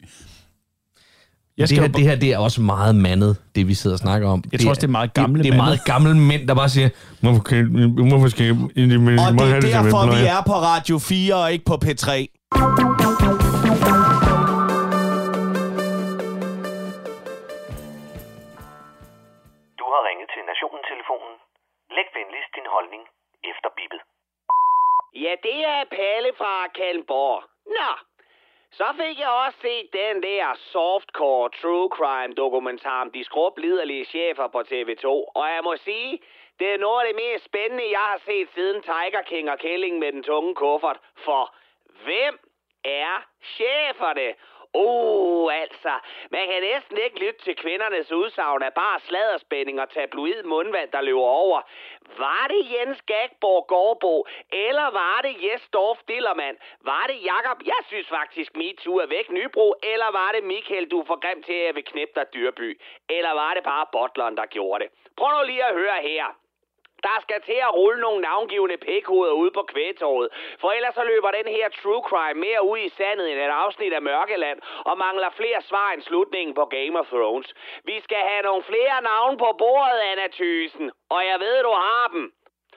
Det her, det er også meget mandet, det vi sidder og snakker om. Jeg tror også, det er meget gamle Det er meget gamle mænd, der bare siger, hvorfor skal og det er derfor, vi er på Radio 4 og ikke på P3. Du har ringet til Nationen-telefonen. Læg venligst din holdning efter bippet. Ja, det er Palle fra Kalmborg. Nå, så fik jeg også set den der softcore true crime dokumentar om de skrubliderlige chefer på TV2. Og jeg må sige, det er noget af det mest spændende, jeg har set siden Tiger King og Kælling med den tunge kuffert. For hvem er cheferne? Altså, man kan næsten ikke lytte til kvindernes udsagn af bare sladderspænding og tabloid mundvand, der løber over. Var det Jens Gagborg Gårdbo, eller var det Jes Dorf Dillermand? Var det Jakob, jeg synes faktisk MeToo er væk, Nybro, eller var det Michael, du er for grim til at vil knippe dig Dyrby? Eller var det bare butleren, der gjorde det? Prøv nu lige at høre her. Der skal til at rulle nogle navngivende pikhoveder ude på Kvægtorvet, for ellers så løber den her true crime mere ud i sandet end et afsnit af Mørkeland, og mangler flere svar end slutningen på Game of Thrones. Vi skal have nogle flere navne på bordet, Anna Thysen, og jeg ved, du har dem.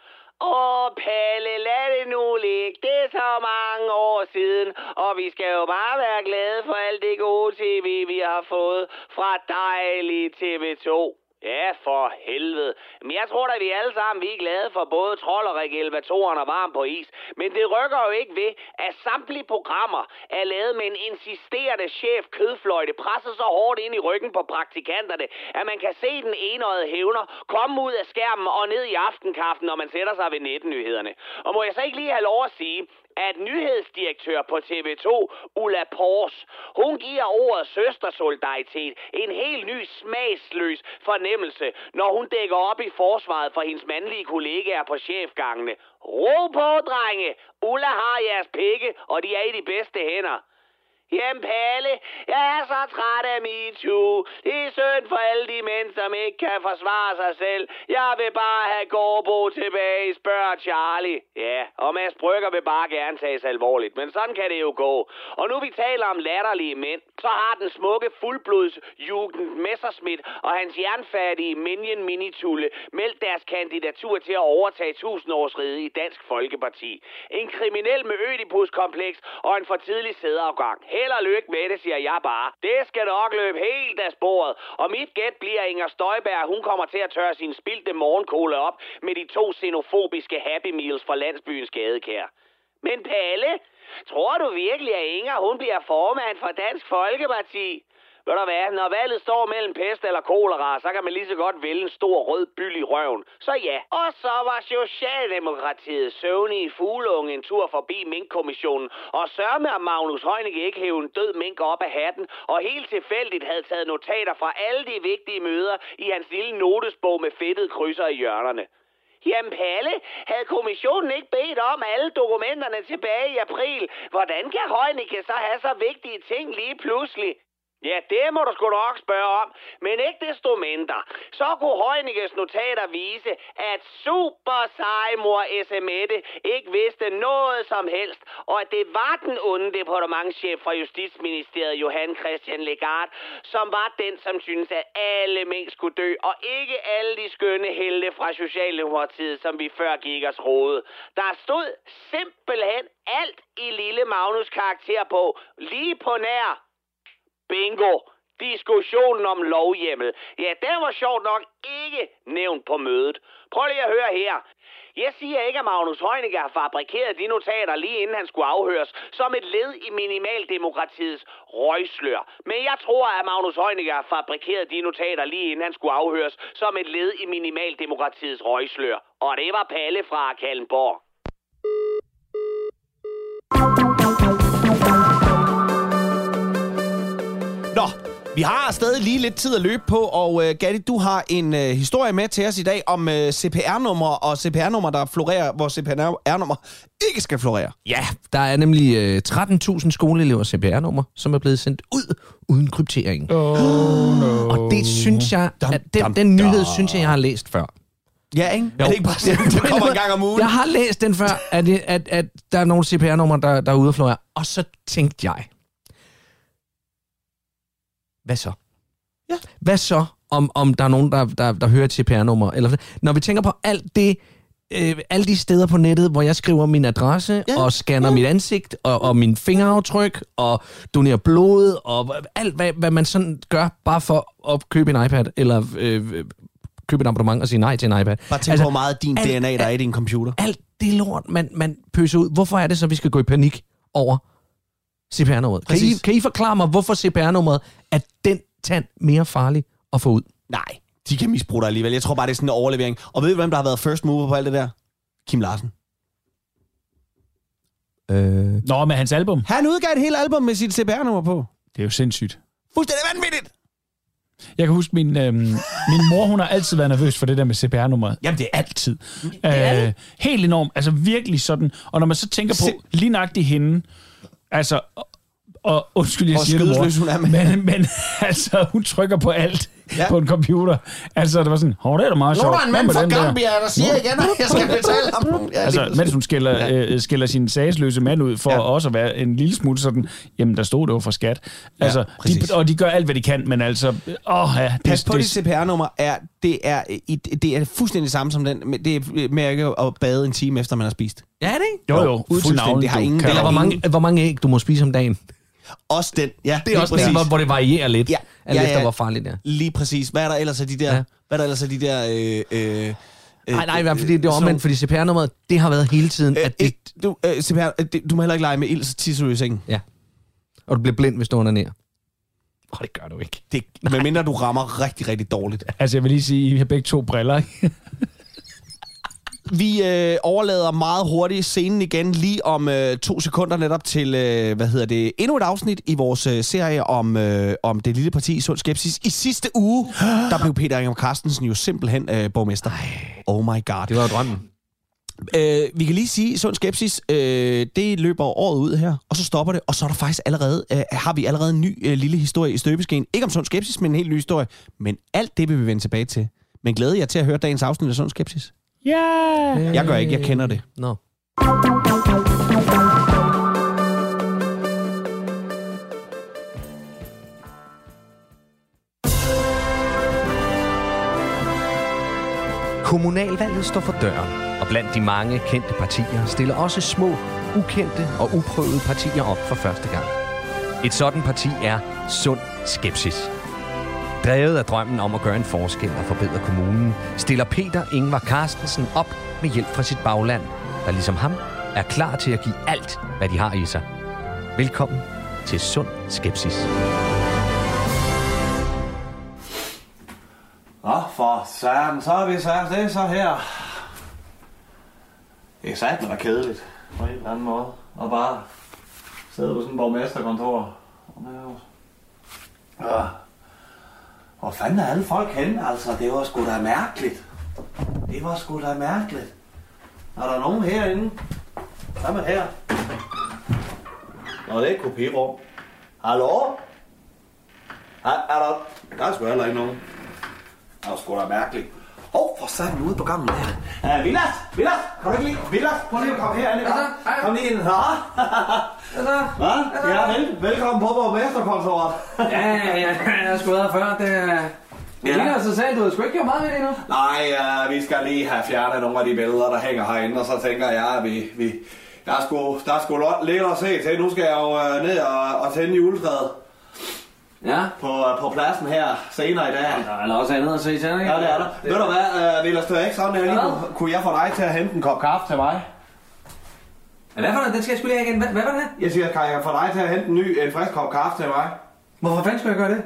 Palle, lad det nu ligge. Det er så mange år siden, og vi skal jo bare være glade for alt det gode tv, vi har fået fra dejlige TV2. Ja, for helvede. Men jeg tror da, vi alle sammen vi er glade for både Trold og Elevatoren og Varm på is. Men det rykker jo ikke ved, at samtlige programmer er lavet med en insisterende chef kødfløjte, presset så hårdt ind i ryggen på praktikanterne, at man kan se den enøjede hævner komme ud af skærmen og ned i aftenkaffen, når man sætter sig ved 19-nyhederne. Og må jeg så ikke lige have lov at sige, at nyhedsdirektør på TV2, Ulla Pors, hun giver ordet søstersolidaritet en helt ny smagsløs fornemmelse, når hun dækker op i forsvaret for hendes mandlige kollegaer på chefgangene. Ro på, drenge! Ulla har jeres pikke, og de er i de bedste hænder. Jamen Palle, jeg er så træt af MeToo. Det er synd for alle de mænd, som ikke kan forsvare sig selv. Jeg vil bare have Gårdbo tilbage, spørger Charlie. Ja, og Mads Brygger vil bare gerne tages alvorligt, men sådan kan det jo gå. Og nu vi taler om latterlige mænd, så har den smukke fuldblods Jugend Messerschmidt og hans jernfærdige Minion Minitulle meldt deres kandidatur til at overtage 1000-årsriget i Dansk Folkeparti. En kriminel med Ødipus-kompleks og en for tidlig sædeafgang. Held og lykke med det, siger jeg bare. Det skal nok løbe helt af sporet. Og mit gæt bliver Inger Støjberg. Hun kommer til at tørre sin spildte morgenkogle op med de 2 xenofobiske Happy Meals fra landsbyens gadekær. Men Palle, tror du virkelig, at Inger hun bliver formand for Dansk Folkeparti? Ved du hvad, når valget står mellem pest eller kolera, så kan man lige så godt vælge en stor rød byld i røven. Så ja. Og så var Socialdemokratiet søvnige fugleunge en tur forbi Mink-kommissionen, og sørme at Magnus Heunicke ikke hævde en død mink op af hatten, og helt tilfældigt havde taget notater fra alle de vigtige møder i hans lille notesbog med fedtede krydser i hjørnerne. Jamen Palle, havde kommissionen ikke bedt om alle dokumenterne tilbage i april? Hvordan kan Heunicke så have så vigtige ting lige pludselig? Ja, det må du sgu nok spørge om, men ikke desto mindre. Så kunne Heunickes notater vise, at super sejmor Smette ikke vidste noget som helst, og at det var den onde departementschef fra Justitsministeriet, Johan Christian Legarth, som var den, som syntes, at alle mink skulle dø, og ikke alle de skønne helte fra Socialdemokratiet, som vi før gik os rode. Der stod simpelthen alt i lille Magnus karakter på, lige på nær. Bingo! Diskussionen om lovhjemmel. Ja, den var sjovt nok ikke nævnt på mødet. Prøv lige at høre her. Jeg siger ikke, at Magnus Heunicke har fabrikeret de notater lige inden han skulle afhøres, som et led i minimaldemokratiets røgslør. Men jeg tror, at Magnus Heunicke har fabrikeret de notater lige inden han skulle afhøres, som et led i minimaldemokratiets røgslør. Og det var Palle fra Kalundborg. Nå, vi har stadig lige lidt tid at løbe på, og Gatti, du har en historie med til os i dag om CPR-nummer og CPR-nummer, der florerer, hvor CPR-nummer ikke skal florere. Ja, der er nemlig 13.000 skoleelever CPR-nummer, som er blevet sendt ud uden kryptering. No. Og det synes jeg, at den nyhed synes jeg har læst før. Ja, ikke? Jo. Er det ikke bare sådan, det kommer en gang om ugen? Jeg har læst den før, at der er nogle CPR-numre, der er ude at florere. Og så tænkte jeg, hvad så? Ja. Hvad så, om der er nogen, der hører et CPR-nummer? Eller, når vi tænker på alt det, alle de steder på nettet, hvor jeg skriver min adresse, og scanner mit ansigt, og min fingeraftryk, og donerer blod, og alt, hvad man sådan gør, bare for at købe en iPad, eller købe et abonnement og sige nej til en iPad. Bare tænk på, hvor meget din DNA, der er i din computer. Alt det lort, man pøser ud. Hvorfor er det så, vi skal gå i panik over CPR-nummeret? Kan I forklare mig, hvorfor CPR-nummeret er den tand mere farlig at få ud? Nej, de kan misbruge dig alligevel. Jeg tror bare, det er sådan en overlevering. Og ved du, hvem der har været first mover på alt det der? Kim Larsen. Nå, med hans album. Han udgav et helt album med sit CPR-nummer på. Det er jo sindssygt. Fuldstændig vanvittigt! Jeg kan huske, min mor, hun har altid været nervøs for det der med CPR-nummeret. Jamen, det er altid. Helt enormt. Altså, virkelig sådan. Og når man så tænker på lige nøjagtigt hende, altså, og undskyld, jeg siger det, men altså, hun trykker på alt på en computer. Altså, det var sådan, det er da meget sjovt. Nu er der en mand fra Gambia, der siger igen, at jeg skal betale ham. Ja, altså, mens hun skælder sin sagsløse mand ud for også at være en lille smule sådan, jamen, der stod det jo for skat. Altså, og de gør alt, hvad de kan, men altså, pas på, det CPR-nummer det er fuldstændig samme som den, det er med at bade en time efter, man har spist. Ja, det er Jo, ud til navlen. Det har ingen. Eller hvor mange æg du må spise om dagen. Også den, ja. Det er også præcis. Hvor det varierer lidt, alt efter hvor farligt det er. Lige præcis. Hvad er der ellers af de der... Nej, fordi det er omvendt, fordi CPR-nummeret, det har været hele tiden, at det... Du må heller ikke lege med ild, så tisser du i sengen. Ja. Og du bliver blind, hvis du onanerer. Det gør du ikke. Medmindre du rammer rigtig, rigtig dårligt. Altså, jeg vil lige sige, at I har begge to briller, ikke? Vi overlader meget hurtigt scenen igen, lige om 2 sekunder netop til, endnu et afsnit i vores serie om det lille parti Sund Skepsis. I sidste uge, der blev Peter Ingemann Carstensen jo simpelthen borgmester. Oh my god. Det var jo drømmen. Vi kan lige sige, Sund Skepsis, det løber året ud her, og så stopper det, og så er der faktisk har vi allerede en ny lille historie i støbeskeen. Ikke om Sund Skepsis, men en helt ny historie. Men alt det vil vi vende tilbage til. Men glæder jer til at høre dagens afsnit af Sund Skepsis? Yeah. Jeg gør ikke, jeg kender det. No. Kommunalvalget står for døren, og blandt de mange kendte partier stiller også små, ukendte og uprøvede partier op for første gang. Et sådan parti er Sund Skepsis. Drevet af drømmen om at gøre en forskel og forbedre kommunen, stiller Peter Ingemann Carstensen op med hjælp fra sit bagland, der ligesom ham er klar til at give alt, hvad de har i sig. Velkommen til Sund Skepsis. for satan, så er vi så. Det er så her. Det er satan, der er kedeligt. På en eller anden måde. Og bare sidde på sådan en borgmesterkontor. Ja. Hvor fanden er alle folk henne, altså? Det var sgu da mærkeligt. Er der nogen herinde? Hvad med her? Nå, det er et kopirum. Hallo? Er der... Der er sgu heller ikke nogen. Det var sgu da mærkeligt. For satan ude på gangen her. Vilas! Kan du ikke lide? Vilas, prøv lige at komme herinde. Kom lige ind. Hvad? Ja, velkommen på borgmesterkontoret. Ja, jeg har sgu været før. Det ligner sig selv, du har sgu ikke gjort meget ved det endnu. Nej, vi skal lige have fjernet nogle af de billeder, der hænger herinde, og så tænker jeg, at der er sgu lidt at se til. Nu skal jeg jo ned og tænde juletræet. Ja. På pladsen her senere i dag. Der er også andet at se til, ikke? Ja, det er der. Ved du hvad, Vilas, det er ikke sådan, at kunne jeg få dig til at hente en kop kaffe til mig? Ja, hvad for det? Den skal jeg sgu lige have igen. Hvad var det? Jeg siger, kan jeg få dig til at hente en frisk kop kaffe til mig? Hvorfor fanden skulle jeg gøre det?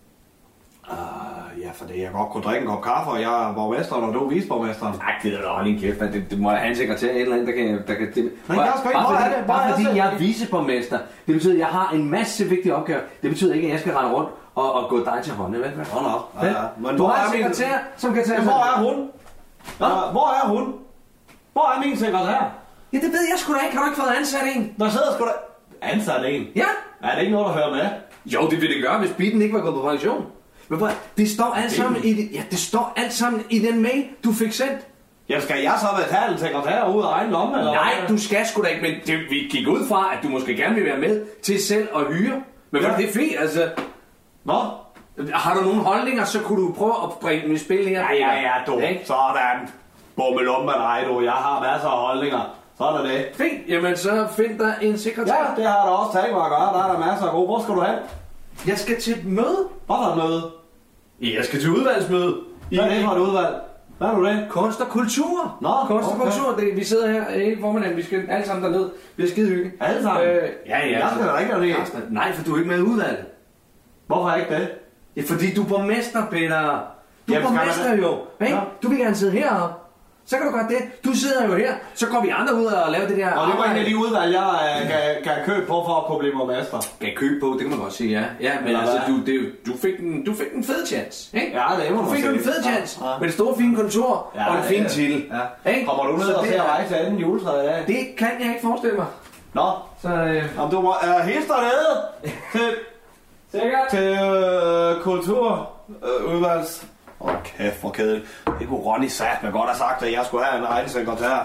Ja, fordi jeg godt kunne drikke en kop kaffe, og jeg er borgmesteren, og du er viceborgmesteren. Nej, det er da holde en kæft, det må have en sekretær et eller andet, der kan... Bare fordi jeg er viceborgmester, det betyder, at jeg har en masse vigtige opgaver. Det betyder ikke, at jeg skal rende rundt og gå dig til hånden, vel? Men du har en sekretær, som kan tage... Hvor er hun? Hvor er hun? Hvor er min sekretær? Ja, det ved jeg sgu da ikke. Har du ikke fået ansat en? Der sidder sgu da... Ansat en? Ja. Er det ikke noget, der hører med? Jo, det ville det gøre, hvis Bitten ikke var gået på pension. Men det står alt sammen i det, det står alt sammen i den mail, du fik sendt. Ja, skal jeg så være tale sekretær ud af egen lomme, eller? Nej, du skal sgu da ikke, men vi gik ud fra, at du måske gerne vil være med til selv at hyre. Men det er fint, altså. Hvad? Har du nogle holdninger, så kunne du prøve at bringe dem i spil her. Ja, du. Sådan. Bummelum med dig, du. Jeg har masser af holdninger. Sådan er det. Fint. Jamen, så find dig en sekretær. Ja, det har der også tænkt mig at gøre. Der er der masser af gode. Hvor skal du hen? Jeg skal til et møde. Hvad er der et møde? Jeg skal til udvalgsmøde. Hvad er det for et udvalg? Hvad er du det? Kunst og kultur. Nå, kunst og kultur. Vi sidder her hele formiddagen. Vi skal alle sammen derned. Det er skide hygge. Alle sammen? Ja. Jeg skal da ikke have det. Nej, for du er ikke med i udvalget. Hvorfor ikke det? Ja, fordi du er borgmester, Peter. Du er borgmester jo. Hey, du vil gerne sidde heroppe. Så kan du godt det. Du sidder jo her. Så går vi andre ud og laver det der. Og det var en af de udvalg, jeg kan købe på for at kunne blive borgmester. Kan købe på, det kan man godt sige, ja. Ja, men altså, du fik en fed chance, ikke? Ja, det må du fik en fed chance med det store fine kontor og en fin titel. Ja. Kommer du ned og ser vej til anden juletræet i dag? Det kan jeg ikke forestille mig. Nå, så om du må hisse dernede til kulturudvalgs. Kæft, hvor kedeligt. Det kunne Ronny sagt, men godt have sagt, at jeg skulle have en rigtig sekretær.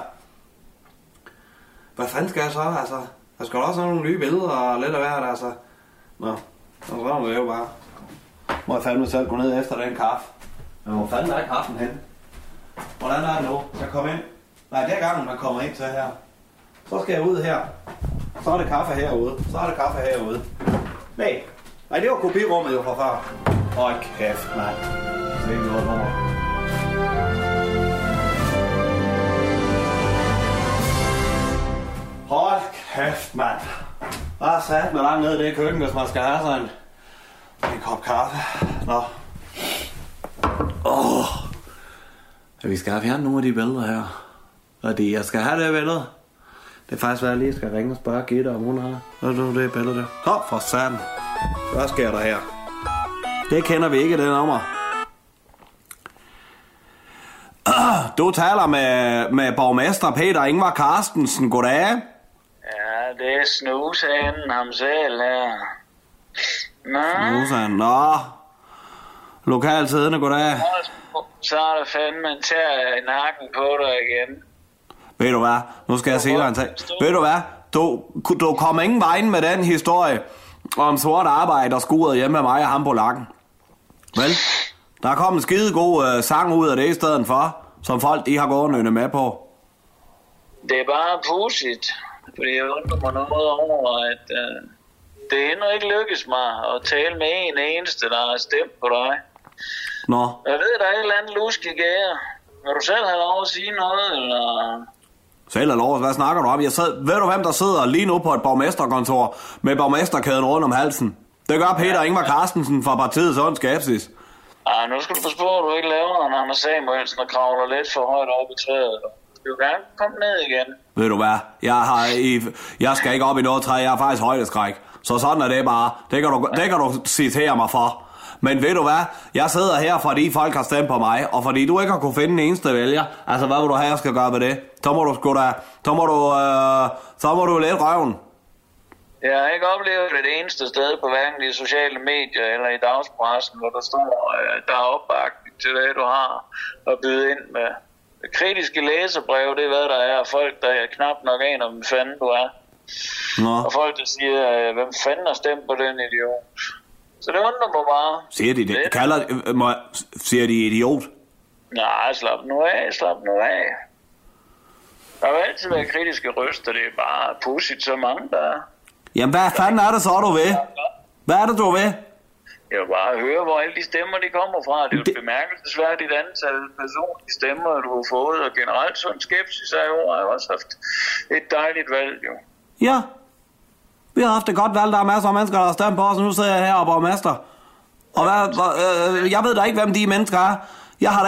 Hvad fanden skal jeg så, altså? Jeg skal også have nogle nye billeder og lidt af hvert, altså. Nå, så må det jo bare. Må jeg fandme selv gå ned efter den kaffe. Men hvor fanden er kaffen henne? Hvordan er det nu? Jeg kommer ind. Nej, det er gangen, man kommer ind til her. Så skal jeg ud her. Så er det kaffe herude. Nej, det var kopirummet jo fra før. Åh, kæft, mand. Det er ikke noget nummer. Hold kæft, mand. Bare sat med langt ned i det køkken, hvis man skal have sådan en kop kaffe. Nå. Vi skal have fjernet nogle af de billeder her. Fordi jeg skal have det billede. Det er faktisk, hvad jeg lige skal ringe og spørge Gitte, om hun har. Det billede der. Kom for satan. Hvad sker der her? Det kender vi ikke, det nummer. Du taler med borgmester Peter Ingvar Carstensen. Goddag. Ja, det er snusanden ham selv her. Nå. Lokaltidene, goddag. Så er der fandme en tær i nakken på dig igen. Ved du hvad? Nu skal jeg sige dig en ting. Ved du hvad? Du kommer ingen vejen med den historie om sort arbejde og skuret hjemme med mig og ham på lakken. Vel? Der er kommet en skide god sang ud af det i stedet for, som folk de har gået og nynnet med på. Det er bare pudsigt, fordi jeg undrer mig noget over, at det endnu ikke lykkes mig at tale med en eneste, der har stemt på dig. Nå. Jeg ved, der er et eller andet lusk i gære. Vil du selv have lov at sige noget, eller... Selv er lov, hvad snakker du om? Ved du, hvem der sidder lige nu på et borgmesterkontor med borgmesterkæden rundt om halsen? Det gør Peter Ingvar Carstensen fra partiets Ond Skepsis. Nu skal du passe på, at du ikke laver en Anders Samuelsen og kravler lidt for højt op i træet. Du vil gerne komme ned igen. Ved du hvad? Jeg skal ikke op i noget træ. Jeg er faktisk højdeskræk. Så sådan er det bare. Det kan du citere mig for. Men ved du hvad? Jeg sidder her, fordi folk har stemt på mig, og fordi du ikke har kunne finde en eneste vælger. Altså, hvad vil du have, jeg skal gøre med det? Så må du lidt røven. Jeg har ikke oplevet det eneste sted på hverken de sociale medier eller i dagspressen, hvor der står, der er opbakning til det, du har at byde ind med. Kritiske læserbrev, det er hvad der er. Folk, der knap nok aner, hvem fanden du er. Nå. Og folk, der siger, hvem fanden har stemt på den idiot. Så det undrer mig bare. Siger de det? Siger de idiot? Nej, slap nu af. Der vil altid være kritiske røster, det er bare pudsigt så mange, der er. Jamen, hvad fanden er det så, du ved? Hvad er det, du ved? Jeg vil bare høre, hvor alle de stemmer, de kommer fra. Det er jo et bemærkelsesværdigt antal personlige stemmer, du har fået, og generelt sådan skepsis af år har jeg også haft et dejligt valg, jo. Ja, vi har haft et godt valg. Der er masser af mennesker, der har stemt på os, og nu sidder jeg her og borgmester. Og jeg ved da ikke, hvem de mennesker er. Jeg har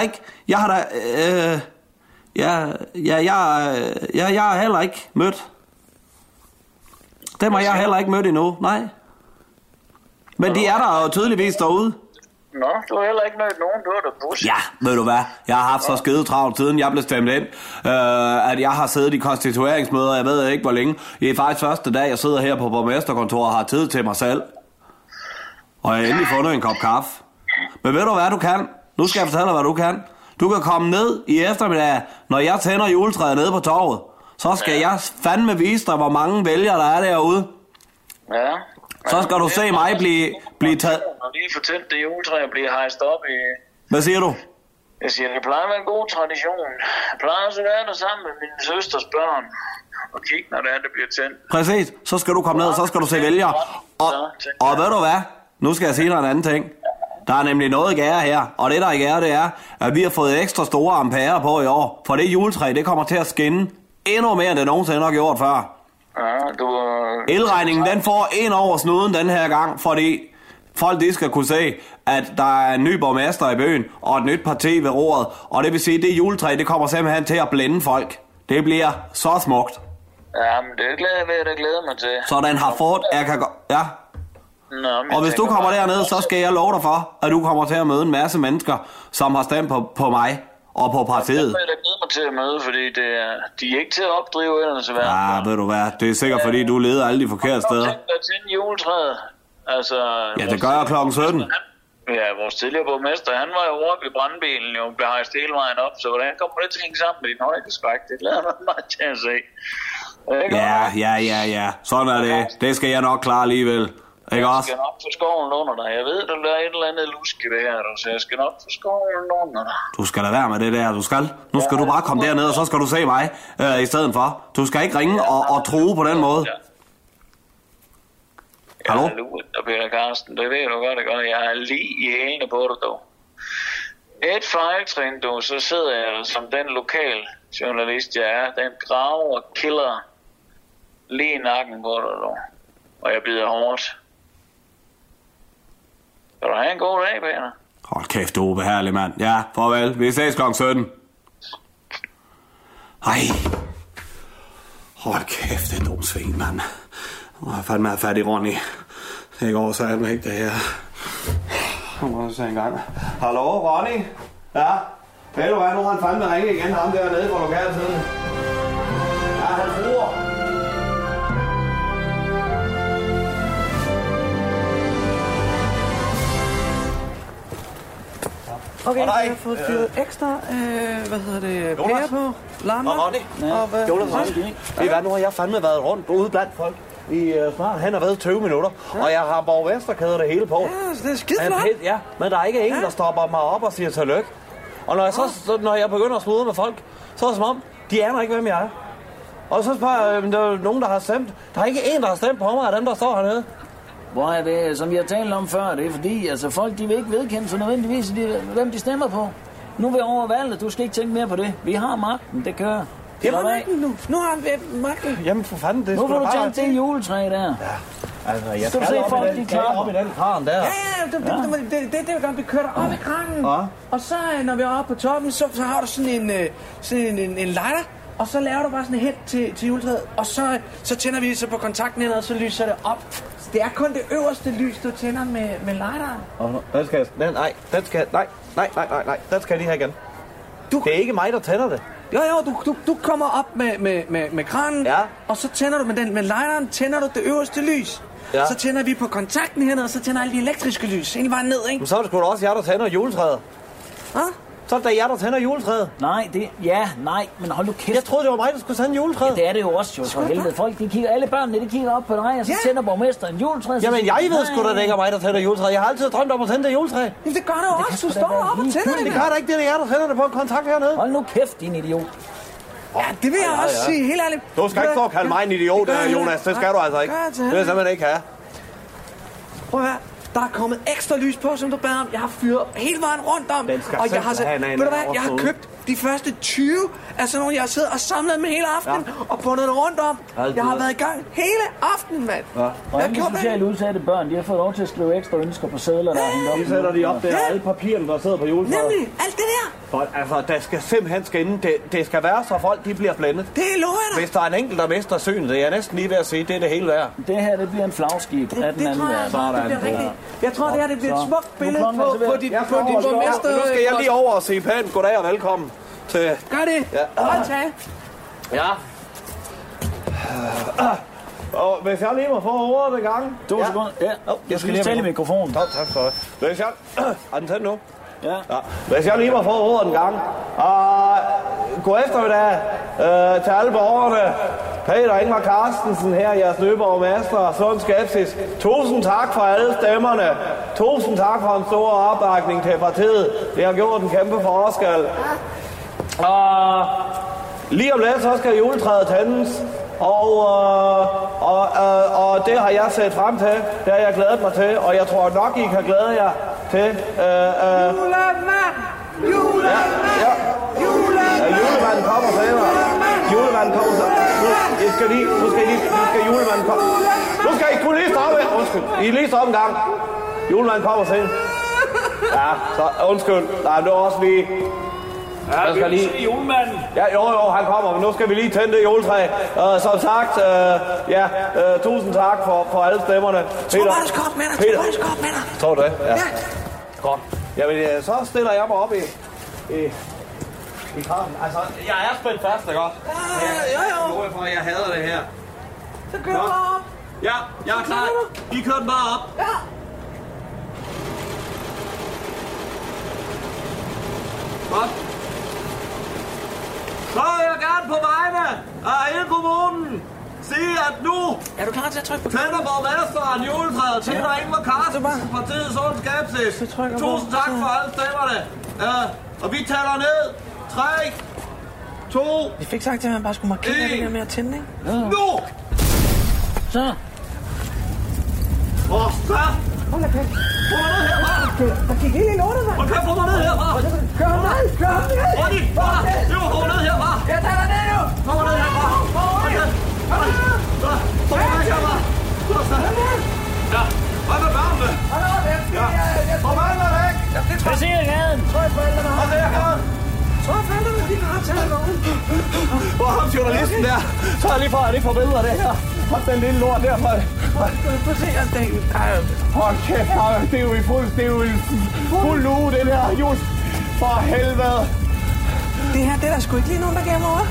heller ikke mødt. Dem har jeg heller ikke mødt endnu, nej. Men de er der jo tydeligvis derude. Nå, du har heller ikke mødt nogen, du har da pudsigt. Ja, ved du hvad? Jeg har haft så skide travlt siden jeg blev stemt ind, at jeg har siddet i konstitueringsmøder, jeg ved ikke hvor længe. Det er faktisk første dag, jeg sidder her på borgmesterkontoret og har tid til mig selv. Og jeg har endelig fundet en kop kaffe. Men ved du hvad du kan? Nu skal jeg fortælle dig, hvad du kan. Du kan komme ned i eftermiddag, når jeg tænder juletræet nede på torvet. Så skal jeg fandme vise dig, hvor mange vælgere der er derude. Ja. Så skal du se mig blive taget... Når lige får tændt det juletræ og bliver hejst op i... Hvad siger du? Jeg siger, det plejer at være en god tradition. Jeg plejer også at være der sammen med min søsters børn. Og kigge, når det bliver tændt. Præcis. Så skal du komme ned, og så skal du se vælgere. Og ved du hvad? Nu skal jeg sige dig en anden ting. Der er nemlig noget gære her. Og det der er gære, det er, at vi har fået ekstra store ampere på i år. For det juletræ, det kommer til at skinne endnu mere, end det nogensinde har gjort før. Ja, elregningen, den får en over snuden den her gang, fordi folk de skal kunne se, at der er en ny borgmester i byen, og et nyt parti ved roret. Og det vil sige, at det juletræ, det kommer simpelthen til at blænde folk. Det bliver så smukt. Ja, men det glæder mig til. Så den har fået... Ja. Og hvis du kommer derned, så skal jeg love dig for, at du kommer til at møde en masse mennesker, som har stemt på mig og på partiet. Det glæder mig til at møde, fordi de er ikke til at opdrive ellers. Ja, ved du hvad? Det er sikkert, fordi du leder alle de forkerte steder. Jeg tænder juletræet. Altså... Ja, det gør jeg klokken 17. Ja, vores tidligere borgmester, han var jo oppe i brandbilen og blev hejst hele vejen op, så hvordan kommer det til at hænge sammen med din højdeskræk? Det glæder mig meget til at se. Ja. Sådan er det. Det skal jeg nok klare alligevel. Ikke også? Jeg skal nok få skoven under dig. Jeg ved, der er et eller andet lusk i det her, så jeg skal nok få skoven under dig. Du skal da være med det der, du skal. Nu skal du bare komme derned, og så skal du se mig i stedet for. Du skal ikke ringe og true på den måde. Hallo? Jeg er luret, Peter Carsten. Det ved du godt, det gør. Jeg er lige i hælene på dig, dog. Et fejltrin, du, så sidder jeg som den lokal journalist, jeg er. Den graver killer lige i nakken på dig, dog. Og jeg bider hårdt. Skal du have en god dag, Peter? Hold kæft, du er ubeherlig, mand. Ja, farvel. Vi ses kl. 17. Ej. Hold kæft, det er dumt svin, mand. Nu har jeg fandme været fat i Ronny. Det går så alt ikke, det her. Nu må jeg se en gang. Hallo, Ronny? Ja? Ved du hvad, nu har han fandme ringet igen, ham dernede på lokaltiden. Ja, han bruger. Okay, jeg har fået fyret ekstra, pære på, lammer. Og Ronny. Jonas, ved hvad, nu har jeg fandme været rundt ude blandt folk i snart hen og været 20 minutter, og jeg har borgmesterkæder det hele på. Ja, det er skide flot. Ja, men der er ikke en, der stopper mig op og siger tillykke. Og når jeg begynder at smide med folk, så er det som om, de aner ikke, hvem jeg er. Og så spørger jeg, der er nogen, der har stemt. Der er ikke en, der har stemt på mig af dem, der står hernede. Hvor er det, som vi har talt om før, det er fordi, altså folk, de vil ikke vedkende sig nødvendigvis, hvem de stemmer på. Nu er vi over valget, du skal ikke tænke mere på det. Vi har magten, det kører. Det har magten nu. Nu har vi magten. Jamen for fanden, det nu får du tændt det juletræ der. Ja. Altså, jeg skal se folk, de klarer op i den kran der. Ja, det er godt, vi kører op i kranen. Ja. Og så, når vi er oppe på toppen, så har du sådan en lighter, og så laver du bare sådan en hen til juletræet, og så tænder vi så på kontakten hernede, og så lyser det op. Så det er kun det øverste lys, du tænder med lighteren. Den skal jeg lige have igen. Det er ikke mig, der tænder det. Jo, du kommer op med kranen, ja. Og så tænder du med lighteren, tænder du det øverste lys. Ja. Så tænder vi på kontakten hernede, og så tænder alle de elektriske lys. Egentlig bare ned, ikke? Men så er det sgu da også jer, der tænder juletræet. Hå? Så er det jer, der tænder juletræet. Nej, men hold nu kæft. Jeg troede, det var mig, der skulle tænde juletræet. Ja, det er det jo også, jo, for helvede. Folk, de kigger, alle børnene, de kigger op på dig, og så tænder borgmesteren juletræet. Jamen, jeg ved sgu da, det ikke er mig, der tænder juletræet. Jeg har altid drømt om at tænde det juletræ. Jamen, det gør det jo også. Du står op og tænder det. Det gør da ikke, det er jer, der tænder det på en kontakt hernede. Hold nu kæft, din idiot. Ja, det vil jeg også sige, helt ærligt. Du skal ikke stå og kalde mig en idiot, Jonas. Det skal du altså ikke. Det vil jeg simpelthen ikke have. Prøv at høre. Der er kommet ekstra lys på, som du bad om. Jeg har fyret hele vejen rundt om. Og jeg har købt de første 20 af sådan nogle, jeg har siddet og samlet med hele aftenen og bundet det rundt om. Jeg har været i gang hele aftenen, mand. Ja. Og alle de socialt udsatte børn, de har fået lov til at skrive ekstra ønsker på sedler, der er hængt op. De sætter de op der, alle papirerne, der sidder på juletræet. Nemlig, alt det der. For, altså, der skal simpelthen skinne. Det skal være, så folk de bliver blændet. Det lover jeg dig. Hvis der er en enkelt, der mister synet, det er jeg næsten lige ved at sige, det er det hele værd. Det her, det bliver en flagskib af den anden verden. Jeg tror, det her det bliver et smukt billede på dit borgmester. Nu skal jeg lige over og sige pænt goddag og velkommen til... Gør det. Ja. Ja. Og hvis jeg lige må få ordet i gang... 2 sekunder. Ja. Jeg skal lige tale i mikrofonen. Tak for det. Hvis jeg... Er den tændt nu? Ja. Hvis jeg lige må få ordet en gang. God eftermiddag til alle borgerne. Peter Ingvar Carstensen her, jeres nye borgmester, Sund Skepsis. Tusind tak for alle stemmerne. Tusind tak for en stor opbakning til partiet. Det har gjort en kæmpe forskel. Lige om lidt, så skal juletræet tændes. Og det har jeg set frem til. Det har jeg glædet mig til. Og jeg tror nok, I kan glæde jer til... Julemanden kommer senere. Julemanden kommer senere. Nu skal julemanden komme. Nu skal I kunne lige stoppe. Undskyld. I lige stoppe en gang. Julemanden kommer senere. Ja, så undskyld. Nej, det var også lige... Ja, vi vil se julemanden. Ja, jo, han kommer, men nu skal vi lige tænde det juletræ. Som sagt, tusind tak for alle stemmerne. Peter, tror du det? Ja. Godt. Jamen, så stiller jeg mig op i kraven. Altså, jeg er spændt fast, ikke også? Jo. For jeg hader det her. Så kører du bare op. Ja, jeg er klar. I kører den bare op. Ja. Godt. Så vil jeg gerne på vegne af hele kommunen sige, at nu er du klar til at trykke på tænder borgmesteren juletræet, tænder Ingvar Carstensen, partiet Sund Skepsis. Tusind tak for alle stemmerne. Og vi tæller ned. 3, 2, Vi fik sagt til, at man bare skulle markere det der med at tænde, ikke? Ja. Nu! Så. Hvor så? Hold da kæft. Få mig ned herfra! Der gik helt i lortet, mand. Hold kæft, få mig ned herfra! Kør ham ned! Ronny, det var få mig ned herfra! Jeg tager dig ned nu! Få mig ned herfra! Få mig ned herfra! Ja, hvad med børnene? Få børnene væk! Hvad siger gaden? Tror jeg forældrene har. Hvad siger gaden? Tror jeg forældrene, de har taget nogen. Hvor er ham journalisten der? Så er jeg lige for, at jeg ikke får billeder af det her. Hold den lille lort der, for... Prøv at se, at det... Hold kæft, det er jo i fuld uge, det der. Just for helvede. Det her, det er der sgu ikke lige nogen, der gemmer over.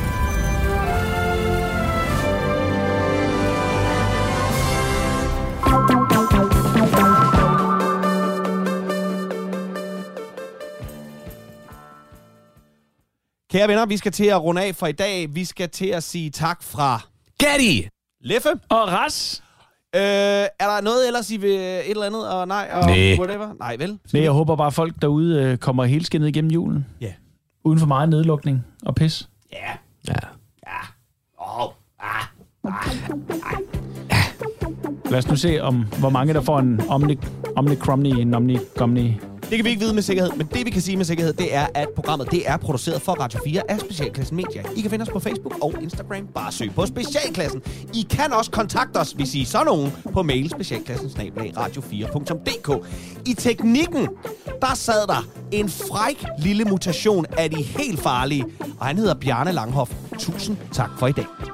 Kære venner, vi skal til at runde af for i dag. Vi skal til at sige tak fra... Gatti! Leffe. Og Ras. Er der noget ellers, I vil et eller andet? Og nej, og whatever? Nej, vel? Nej, jeg håber bare, at folk derude kommer helskindet igennem julen. Ja. Yeah. Uden for meget nedlukning og pis. Ja. Lad os nu se, hvor mange der får en Omnicromny Det kan vi ikke vide med sikkerhed, men det vi kan sige med sikkerhed, det er, at programmet det er produceret for Radio 4 af Specialklassen Media. I kan finde os på Facebook og Instagram. Bare søg på Specialklassen. I kan også kontakte os, hvis I er så nogen, på mail specialklassen@radio4.dk. I teknikken, der sad der en fræk lille mutation af de helt farlige, og han hedder Bjarne Langhoff. Tusind tak for i dag.